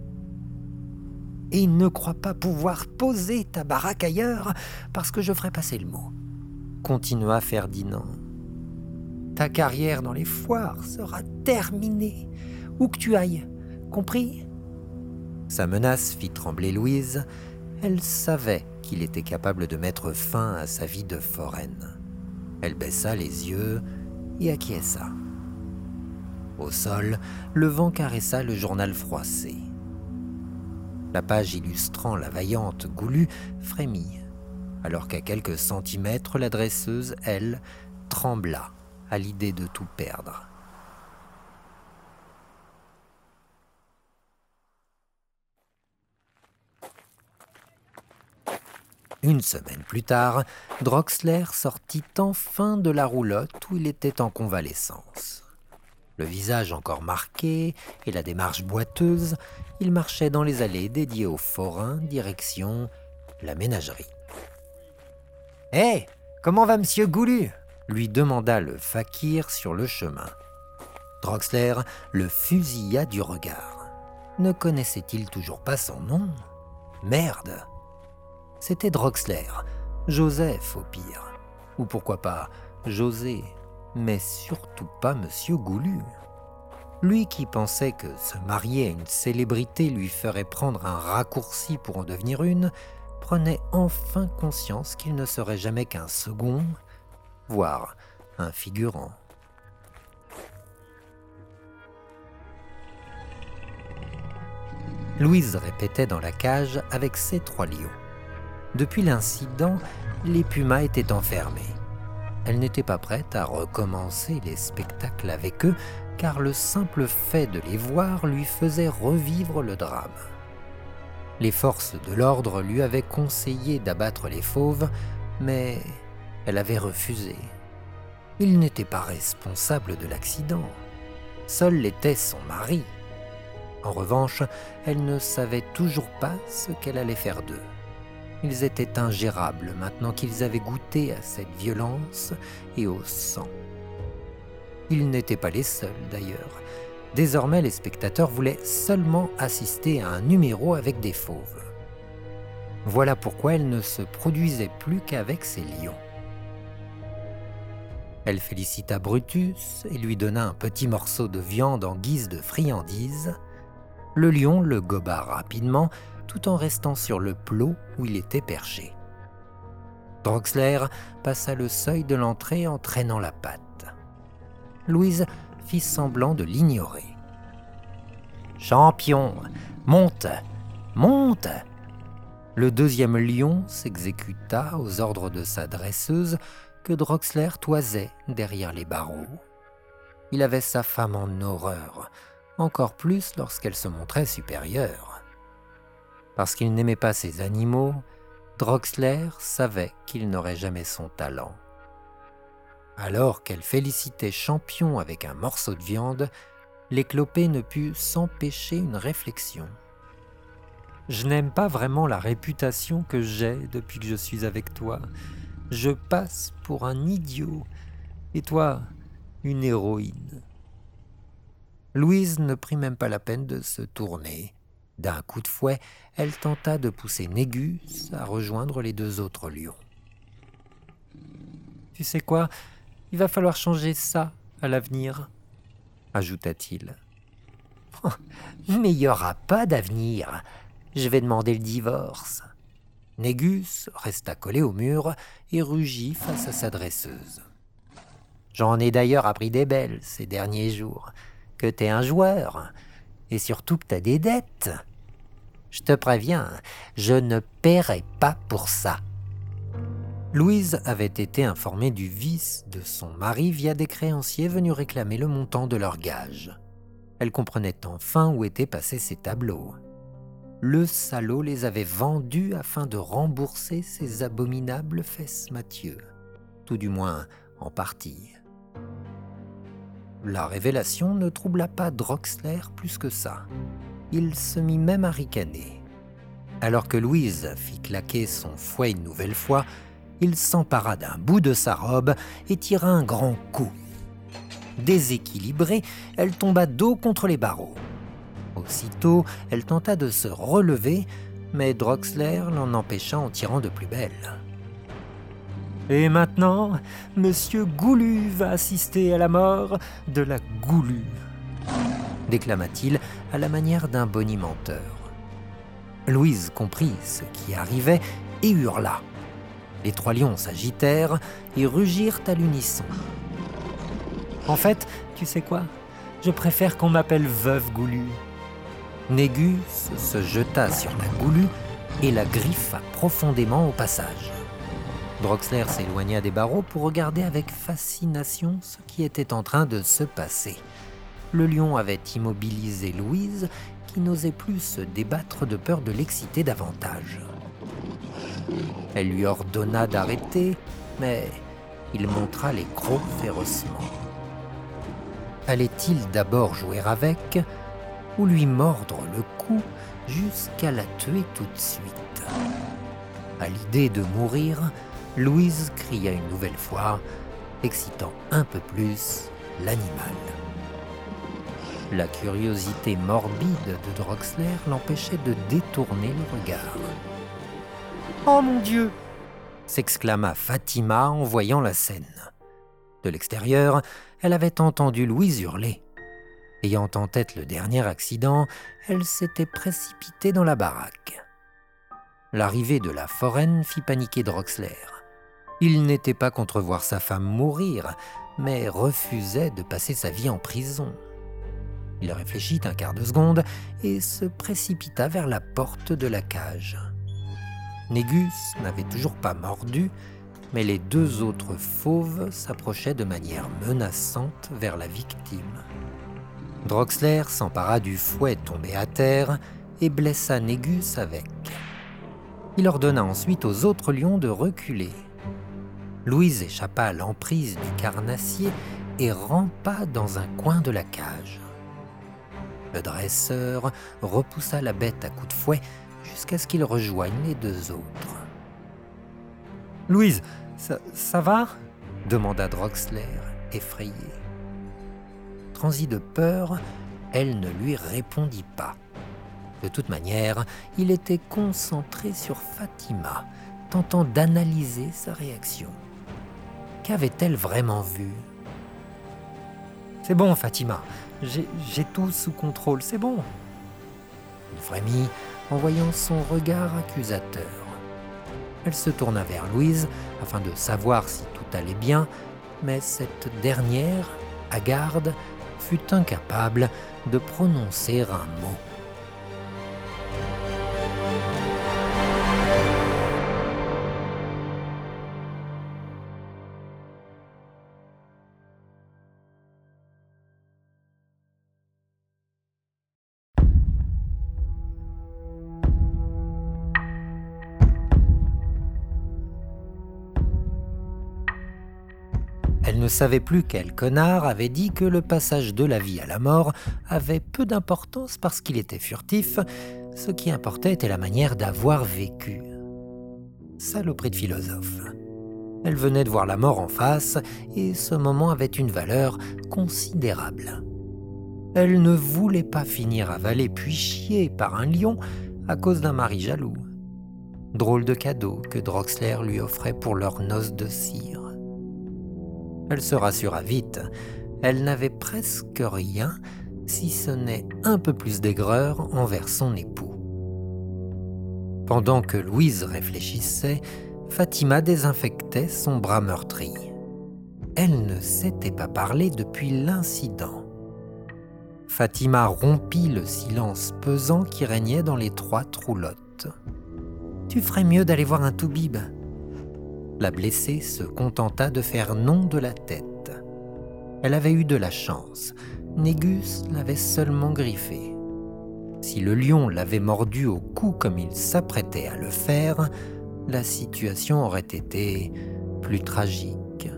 « Et ne crois pas pouvoir poser ta baraque ailleurs parce que je ferai passer le mot, » continua Ferdinand. « Ta carrière dans les foires sera terminée, où que tu ailles, compris ?» Sa menace fit trembler Louise. Elle savait qu'il était capable de mettre fin à sa vie de foraine. Elle baissa les yeux et acquiesça. Au sol, le vent caressa le journal froissé. La page illustrant la vaillante Goulue frémit, alors qu'à quelques centimètres, la dresseuse, elle, trembla à l'idée de tout perdre. Une semaine plus tard, Drosselmayer sortit enfin de la roulotte où il était en convalescence. Le visage encore marqué et la démarche boiteuse, il marchait dans les allées dédiées aux forains, direction la ménagerie. « Hé, comment va Monsieur Goulu ?» lui demanda le fakir sur le chemin. Drosselmayer le fusilla du regard. Ne connaissait-il toujours pas son nom ? Merde ! C'était Drosselmayer, Joseph au pire. Ou pourquoi pas José, mais surtout pas Monsieur Goulu. Lui qui pensait que se marier à une célébrité lui ferait prendre un raccourci pour en devenir une, prenait enfin conscience qu'il ne serait jamais qu'un second, voire un figurant. Louise répétait dans la cage avec ses 3 lions. Depuis l'incident, les pumas étaient enfermés. Elle n'était pas prête à recommencer les spectacles avec eux, car le simple fait de les voir lui faisait revivre le drame. Les forces de l'ordre lui avaient conseillé d'abattre les fauves, mais elle avait refusé. Il n'était pas responsable de l'accident. Seul l'était son mari. En revanche, elle ne savait toujours pas ce qu'elle allait faire d'eux. Ils étaient ingérables maintenant qu'ils avaient goûté à cette violence et au sang. Ils n'étaient pas les seuls d'ailleurs. Désormais, les spectateurs voulaient seulement assister à un numéro avec des fauves. Voilà pourquoi elle ne se produisait plus qu'avec ses lions. Elle félicita Brutus et lui donna un petit morceau de viande en guise de friandise. Le lion le goba rapidement, tout en restant sur le plot où il était perché. Drosselmayer passa le seuil de l'entrée en traînant la patte. Louise fit semblant de l'ignorer. « Champion, monte, monte !» Le deuxième lion s'exécuta aux ordres de sa dresseuse que Drosselmayer toisait derrière les barreaux. Il avait sa femme en horreur, encore plus lorsqu'elle se montrait supérieure. Parce qu'il n'aimait pas ces animaux, Drosselmayer savait qu'il n'aurait jamais son talent. Alors qu'elle félicitait Champion avec un morceau de viande, l'éclopé ne put s'empêcher une réflexion. « Je n'aime pas vraiment la réputation que j'ai depuis que je suis avec toi. Je passe pour un idiot, et toi, une héroïne. » Louise ne prit même pas la peine de se tourner. D'un coup de fouet, elle tenta de pousser Négus à rejoindre les 2 autres lions. « Tu sais quoi ? Il va falloir changer ça à l'avenir, » ajouta-t-il. « Mais il n'y aura pas d'avenir. Je vais demander le divorce. » Négus resta collé au mur et rugit face à sa dresseuse. « J'en ai d'ailleurs appris des belles ces derniers jours. Que t'es un joueur, et surtout que t'as des dettes. Je te préviens, je ne paierai pas pour ça. » Louise avait été informée du vice de son mari via des créanciers venus réclamer le montant de leur gage. Elle comprenait enfin où étaient passés ces tableaux. Le salaud les avait vendus afin de rembourser ses abominables fesses Mathieu, tout du moins en partie. La révélation ne troubla pas Drosselmayer plus que ça. Il se mit même à ricaner. Alors que Louise fit claquer son fouet une nouvelle fois, il s'empara d'un bout de sa robe et tira un grand coup. Déséquilibrée, elle tomba dos contre les barreaux. Aussitôt, elle tenta de se relever, mais Drosselmayer l'en empêcha en tirant de plus belle. « Et maintenant, Monsieur Goulu va assister à la mort de la Goulue », déclama-t-il à la manière d'un bonimenteur. Louise comprit ce qui arrivait et hurla. Les 3 lions s'agitèrent et rugirent à l'unisson. « En fait, tu sais quoi ? Je préfère qu'on m'appelle Veuve Goulu. » Négus se jeta sur la Goulue et la griffa profondément au passage. Drosler s'éloigna des barreaux pour regarder avec fascination ce qui était en train de se passer. Le lion avait immobilisé Louise, qui n'osait plus se débattre de peur de l'exciter davantage. Elle lui ordonna d'arrêter, mais il montra les crocs férocement. Allait-il d'abord jouer avec, ou lui mordre le cou jusqu'à la tuer tout de suite? À l'idée de mourir, Louise cria une nouvelle fois, excitant un peu plus l'animal. La curiosité morbide de Drosler l'empêchait de détourner le regard. « Oh mon Dieu !» s'exclama Fatima en voyant la scène. De l'extérieur, elle avait entendu Louise hurler. Ayant en tête le dernier accident, elle s'était précipitée dans la baraque. L'arrivée de la foraine fit paniquer Drosler. Il n'était pas contre voir sa femme mourir, mais refusait de passer sa vie en prison. Il réfléchit un quart de seconde et se précipita vers la porte de la cage. Négus n'avait toujours pas mordu, mais les deux autres fauves s'approchaient de manière menaçante vers la victime. Drosler s'empara du fouet tombé à terre et blessa Négus avec. Il ordonna ensuite aux autres lions de reculer. Louise échappa à l'emprise du carnassier et rampa dans un coin de la cage. Le dresseur repoussa la bête à coups de fouet jusqu'à ce qu'il rejoigne les deux autres. « Louise, ça va ?» demanda Drosler, effrayé. Transie de peur, elle ne lui répondit pas. De toute manière, il était concentré sur Fatima, tentant d'analyser sa réaction. Qu'avait-elle vraiment vu ? « C'est bon, Fatima, j'ai tout sous contrôle, c'est bon. » Il frémit en voyant son regard accusateur. Elle se tourna vers Louise afin de savoir si tout allait bien, mais cette dernière, hagarde, fut incapable de prononcer un mot. Elle ne savait plus quel connard avait dit que le passage de la vie à la mort avait peu d'importance parce qu'il était furtif, ce qui importait était la manière d'avoir vécu. Saloperie de philosophe. Elle venait de voir la mort en face et ce moment avait une valeur considérable. Elle ne voulait pas finir avalée puis chiée par un lion à cause d'un mari jaloux. Drôle de cadeau que Drosler lui offrait pour leur noce de cire. Elle se rassura vite, elle n'avait presque rien, si ce n'est un peu plus d'aigreur envers son époux. Pendant que Louise réfléchissait, Fatima désinfectait son bras meurtri. Elle ne s'était pas parlé depuis l'incident. Fatima rompit le silence pesant qui régnait dans les trois roulottes. « Tu ferais mieux d'aller voir un toubib. » La blessée se contenta de faire non de la tête. Elle avait eu de la chance. Négus l'avait seulement griffée. Si le lion l'avait mordu au cou comme il s'apprêtait à le faire, la situation aurait été plus tragique.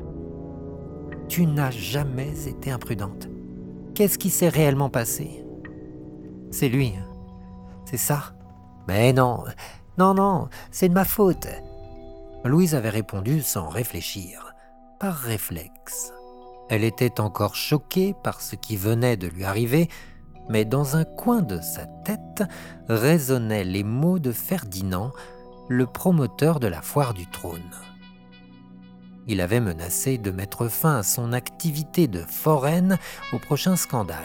« Tu n'as jamais été imprudente. Qu'est-ce qui s'est réellement passé ? » « C'est lui. C'est ça. »« Mais non, c'est de ma faute. » Louise avait répondu sans réfléchir, par réflexe. Elle était encore choquée par ce qui venait de lui arriver, mais dans un coin de sa tête résonnaient les mots de Ferdinand, le promoteur de la foire du trône. Il avait menacé de mettre fin à son activité de foraine au prochain scandale.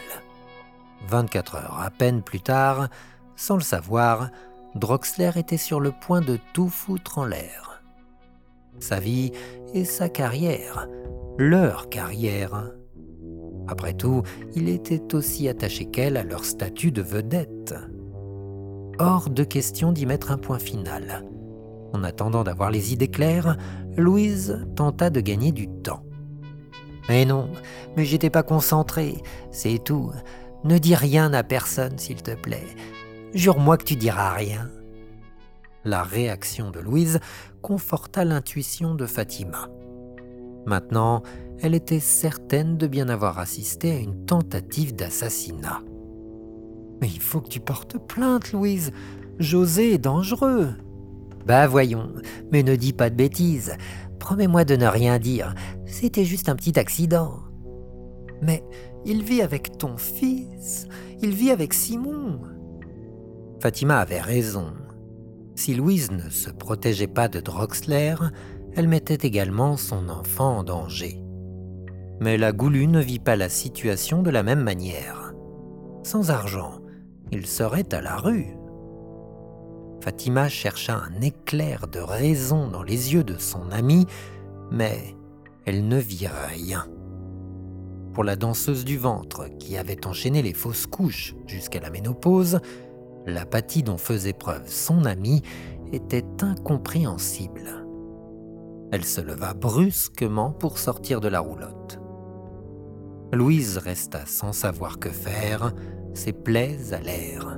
24 heures à peine plus tard, sans le savoir, Drosler était sur le point de tout foutre en l'air. Sa vie et sa carrière, leur carrière. Après tout, il était aussi attaché qu'elle à leur statut de vedette. Hors de question d'y mettre un point final. En attendant d'avoir les idées claires, Louise tenta de gagner du temps. « Mais non, mais j'étais pas concentrée, c'est tout. Ne dis rien à personne, s'il te plaît. Jure-moi que tu diras rien. » La réaction de Louise conforta l'intuition de Fatima. Maintenant, elle était certaine de bien avoir assisté à une tentative d'assassinat. « Mais il faut que tu portes plainte, Louise. José est dangereux. » « Bah voyons, mais ne dis pas de bêtises. Promets-moi de ne rien dire. C'était juste un petit accident. »« Mais il vit avec ton fils. Il vit avec Simon. » Fatima avait raison. Si Louise ne se protégeait pas de Drosler, elle mettait également son enfant en danger. Mais la Goulue ne vit pas la situation de la même manière. Sans argent, il serait à la rue. Fatima chercha un éclair de raison dans les yeux de son amie, mais elle ne vit rien. Pour la danseuse du ventre qui avait enchaîné les fausses couches jusqu'à la ménopause, l'apathie dont faisait preuve son amie était incompréhensible. Elle se leva brusquement pour sortir de la roulotte. Louise resta sans savoir que faire, ses plaies allèrent.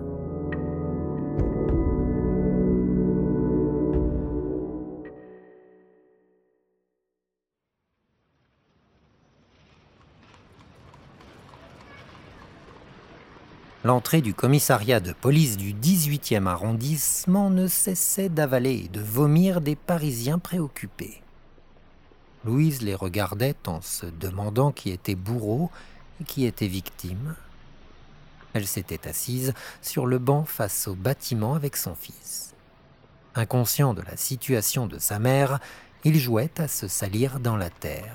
L'entrée du commissariat de police du 18e arrondissement ne cessait d'avaler et de vomir des Parisiens préoccupés. Louise les regardait en se demandant qui était bourreau et qui était victime. Elle s'était assise sur le banc face au bâtiment avec son fils. Inconscient de la situation de sa mère, il jouait à se salir dans la terre.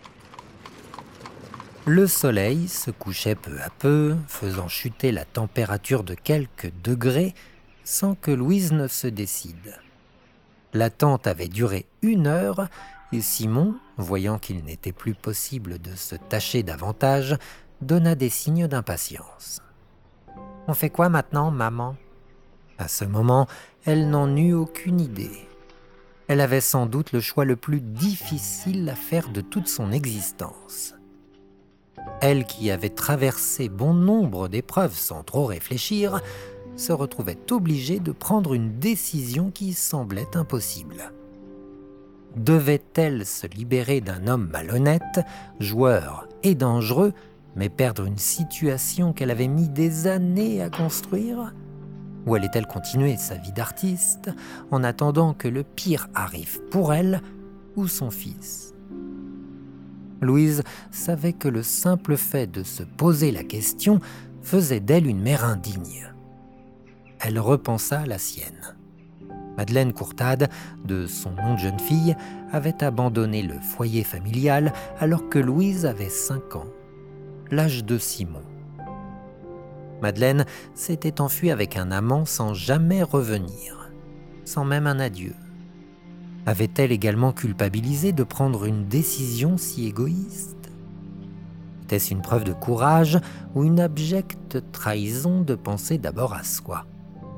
Le soleil se couchait peu à peu, faisant chuter la température de quelques degrés sans que Louise ne se décide. L'attente avait duré 1 heure et Simon, voyant qu'il n'était plus possible de se tâcher davantage, donna des signes d'impatience. « On fait quoi maintenant, maman ?» À ce moment, elle n'en eut aucune idée. Elle avait sans doute le choix le plus difficile à faire de toute son existence. Elle qui avait traversé bon nombre d'épreuves sans trop réfléchir, se retrouvait obligée de prendre une décision qui semblait impossible. Devait-elle se libérer d'un homme malhonnête, joueur et dangereux, mais perdre une situation qu'elle avait mis des années à construire ? Ou allait-elle continuer sa vie d'artiste en attendant que le pire arrive pour elle ou son fils ? Louise savait que le simple fait de se poser la question faisait d'elle une mère indigne. Elle repensa à la sienne. Madeleine Courtade, de son nom de jeune fille, avait abandonné le foyer familial alors que Louise avait 5 ans, l'âge de Simon. Madeleine s'était enfuie avec un amant sans jamais revenir, sans même un adieu. Avait-elle également culpabilisé de prendre une décision si égoïste ? Était-ce une preuve de courage ou une abjecte trahison de penser d'abord à soi ?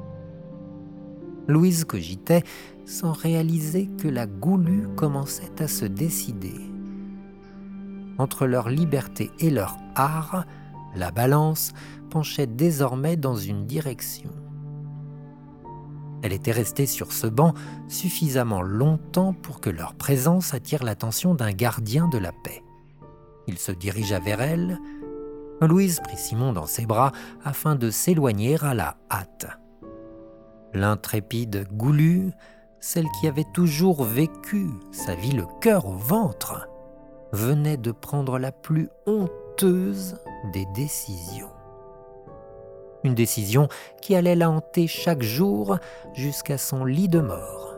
Louise cogitait sans réaliser que la Goulue commençait à se décider. Entre leur liberté et leur art, la balance penchait désormais dans une direction. Elle était restée sur ce banc suffisamment longtemps pour que leur présence attire l'attention d'un gardien de la paix. Il se dirigea vers elle. Louise prit Simon dans ses bras afin de s'éloigner à la hâte. L'intrépide Goulue, celle qui avait toujours vécu sa vie le cœur au ventre, venait de prendre la plus honteuse des décisions. Une décision qui allait la hanter chaque jour jusqu'à son lit de mort.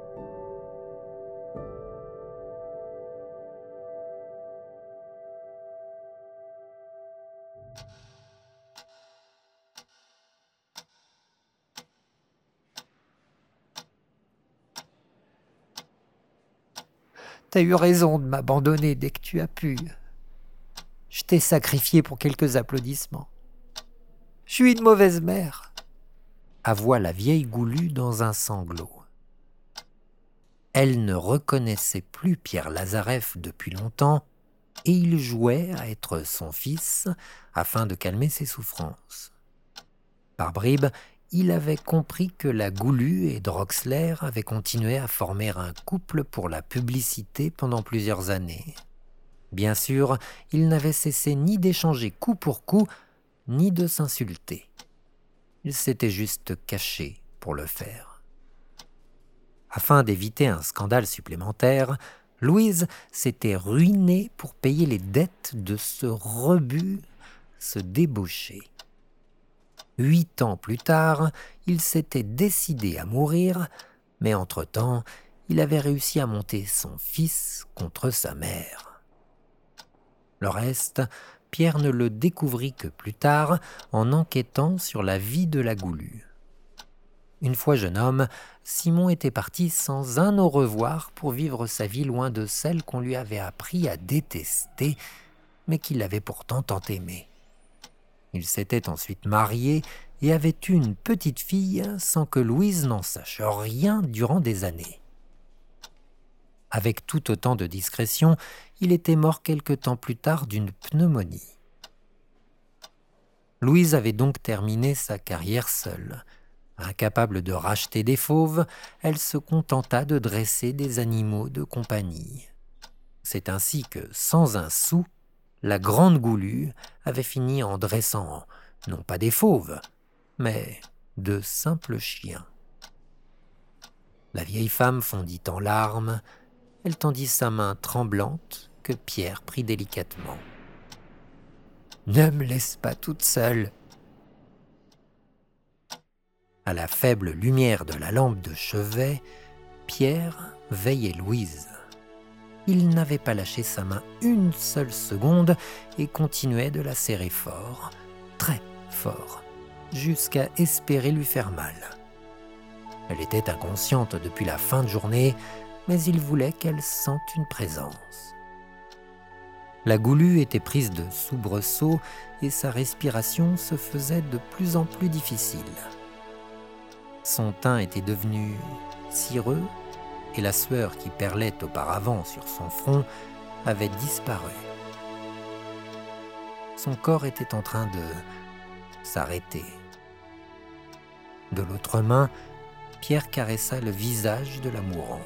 T'as eu raison de m'abandonner dès que tu as pu. Je t'ai sacrifié pour quelques applaudissements. Je suis une mauvaise mère, avoua la vieille Goulue dans un sanglot. Elle ne reconnaissait plus Pierre Lazareff depuis longtemps et il jouait à être son fils afin de calmer ses souffrances. Par bribes, il avait compris que la Goulue et Drosseler avaient continué à former un couple pour la publicité pendant plusieurs années. Bien sûr, ils n'avaient cessé ni d'échanger coup pour coup, ni de s'insulter. Ils s'étaient juste cachés pour le faire. Afin d'éviter un scandale supplémentaire, Louise s'était ruinée pour payer les dettes de ce rebut, ce débauché. 8 ans plus tard, il s'était décidé à mourir, mais entre-temps, il avait réussi à monter son fils contre sa mère. Le reste, Pierre ne le découvrit que plus tard en enquêtant sur la vie de la Goulue. Une fois jeune homme, Simon était parti sans un au revoir pour vivre sa vie loin de celle qu'on lui avait appris à détester, mais qu'il avait pourtant tant aimée. Il s'était ensuite marié et avait eu une petite fille sans que Louise n'en sache rien durant des années. Avec tout autant de discrétion, il était mort quelque temps plus tard d'une pneumonie. Louise avait donc terminé sa carrière seule. Incapable de racheter des fauves, elle se contenta de dresser des animaux de compagnie. C'est ainsi que, sans un sou, la grande Goulue avait fini en dressant, non pas des fauves, mais de simples chiens. La vieille femme fondit en larmes. Elle tendit sa main tremblante que Pierre prit délicatement. « Ne me laisse pas toute seule !» À la faible lumière de la lampe de chevet, Pierre veillait Louise. Il n'avait pas lâché sa main une seule seconde et continuait de la serrer fort, très fort, jusqu'à espérer lui faire mal. Elle était inconsciente depuis la fin de journée, mais il voulait qu'elle sente une présence. La Goulue était prise de soubresauts et sa respiration se faisait de plus en plus difficile. Son teint était devenu cireux et la sueur qui perlait auparavant sur son front avait disparu. Son corps était en train de s'arrêter. De l'autre main, Pierre caressa le visage de la mourante.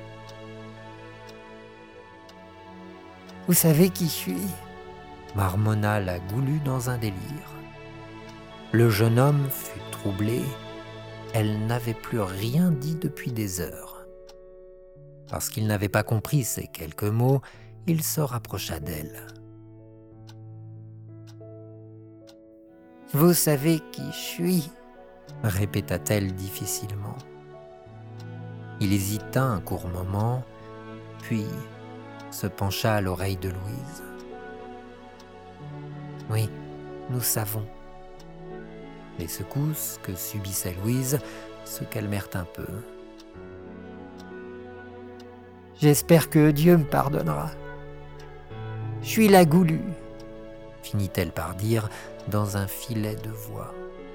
« Vous savez qui je suis ?» marmonna la Goulue dans un délire. Le jeune homme fut troublé. Elle n'avait plus rien dit depuis des heures. Parce qu'il n'avait pas compris ces quelques mots, il se rapprocha d'elle. « Vous savez qui je suis ?» répéta-t-elle difficilement. Il hésita un court moment, puis se pencha à l'oreille de Louise. « Oui, nous savons. » Les secousses que subissait Louise se calmèrent un peu. « J'espère que Dieu me pardonnera. Je suis la Goulue, » finit-elle par dire dans un filet de voix.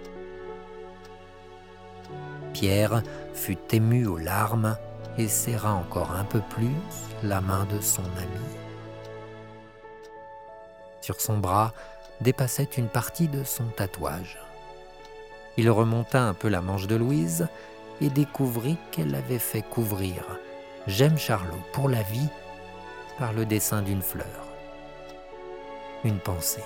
Pierre fut ému aux larmes et serra encore un peu plus la main de son ami. Sur son bras dépassait une partie de son tatouage. Il remonta un peu la manche de Louise et découvrit qu'elle avait fait couvrir « J'aime Charlot pour la vie » par le dessin d'une fleur. Une pensée.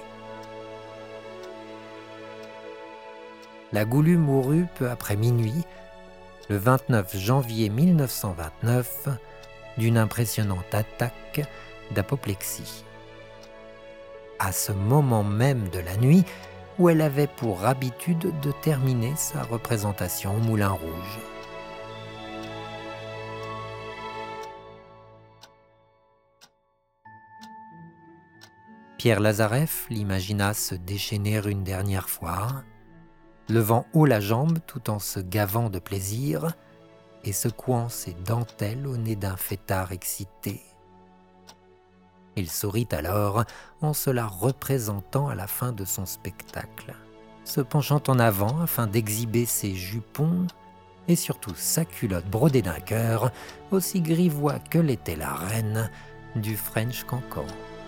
La Goulue mourut peu après minuit, le 29 janvier 1929, d'une impressionnante attaque d'apoplexie. À ce moment même de la nuit où elle avait pour habitude de terminer sa représentation au Moulin Rouge. Pierre Lazareff l'imagina se déchaîner une dernière fois, levant haut la jambe tout en se gavant de plaisir et secouant ses dentelles au nez d'un fêtard excité. Il sourit alors en se la représentant à la fin de son spectacle, se penchant en avant afin d'exhiber ses jupons et surtout sa culotte brodée d'un cœur, aussi grivois que l'était la reine du French Cancan.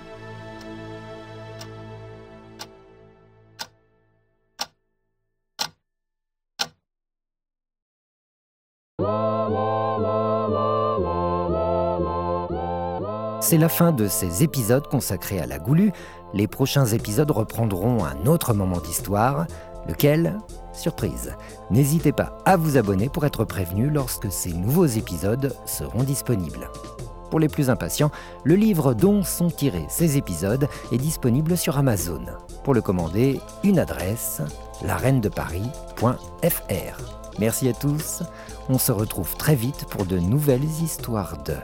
C'est la fin de ces épisodes consacrés à la Goulue. Les prochains épisodes reprendront un autre moment d'histoire, lequel ? Surprise. N'hésitez pas à vous abonner pour être prévenu lorsque ces nouveaux épisodes seront disponibles. Pour les plus impatients, le livre dont sont tirés ces épisodes est disponible sur Amazon. Pour le commander, une adresse, lareinedeparis.fr. Merci à tous, on se retrouve très vite pour de nouvelles histoires de...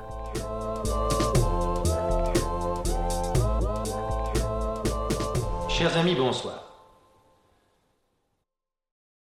Chers amis, bonsoir.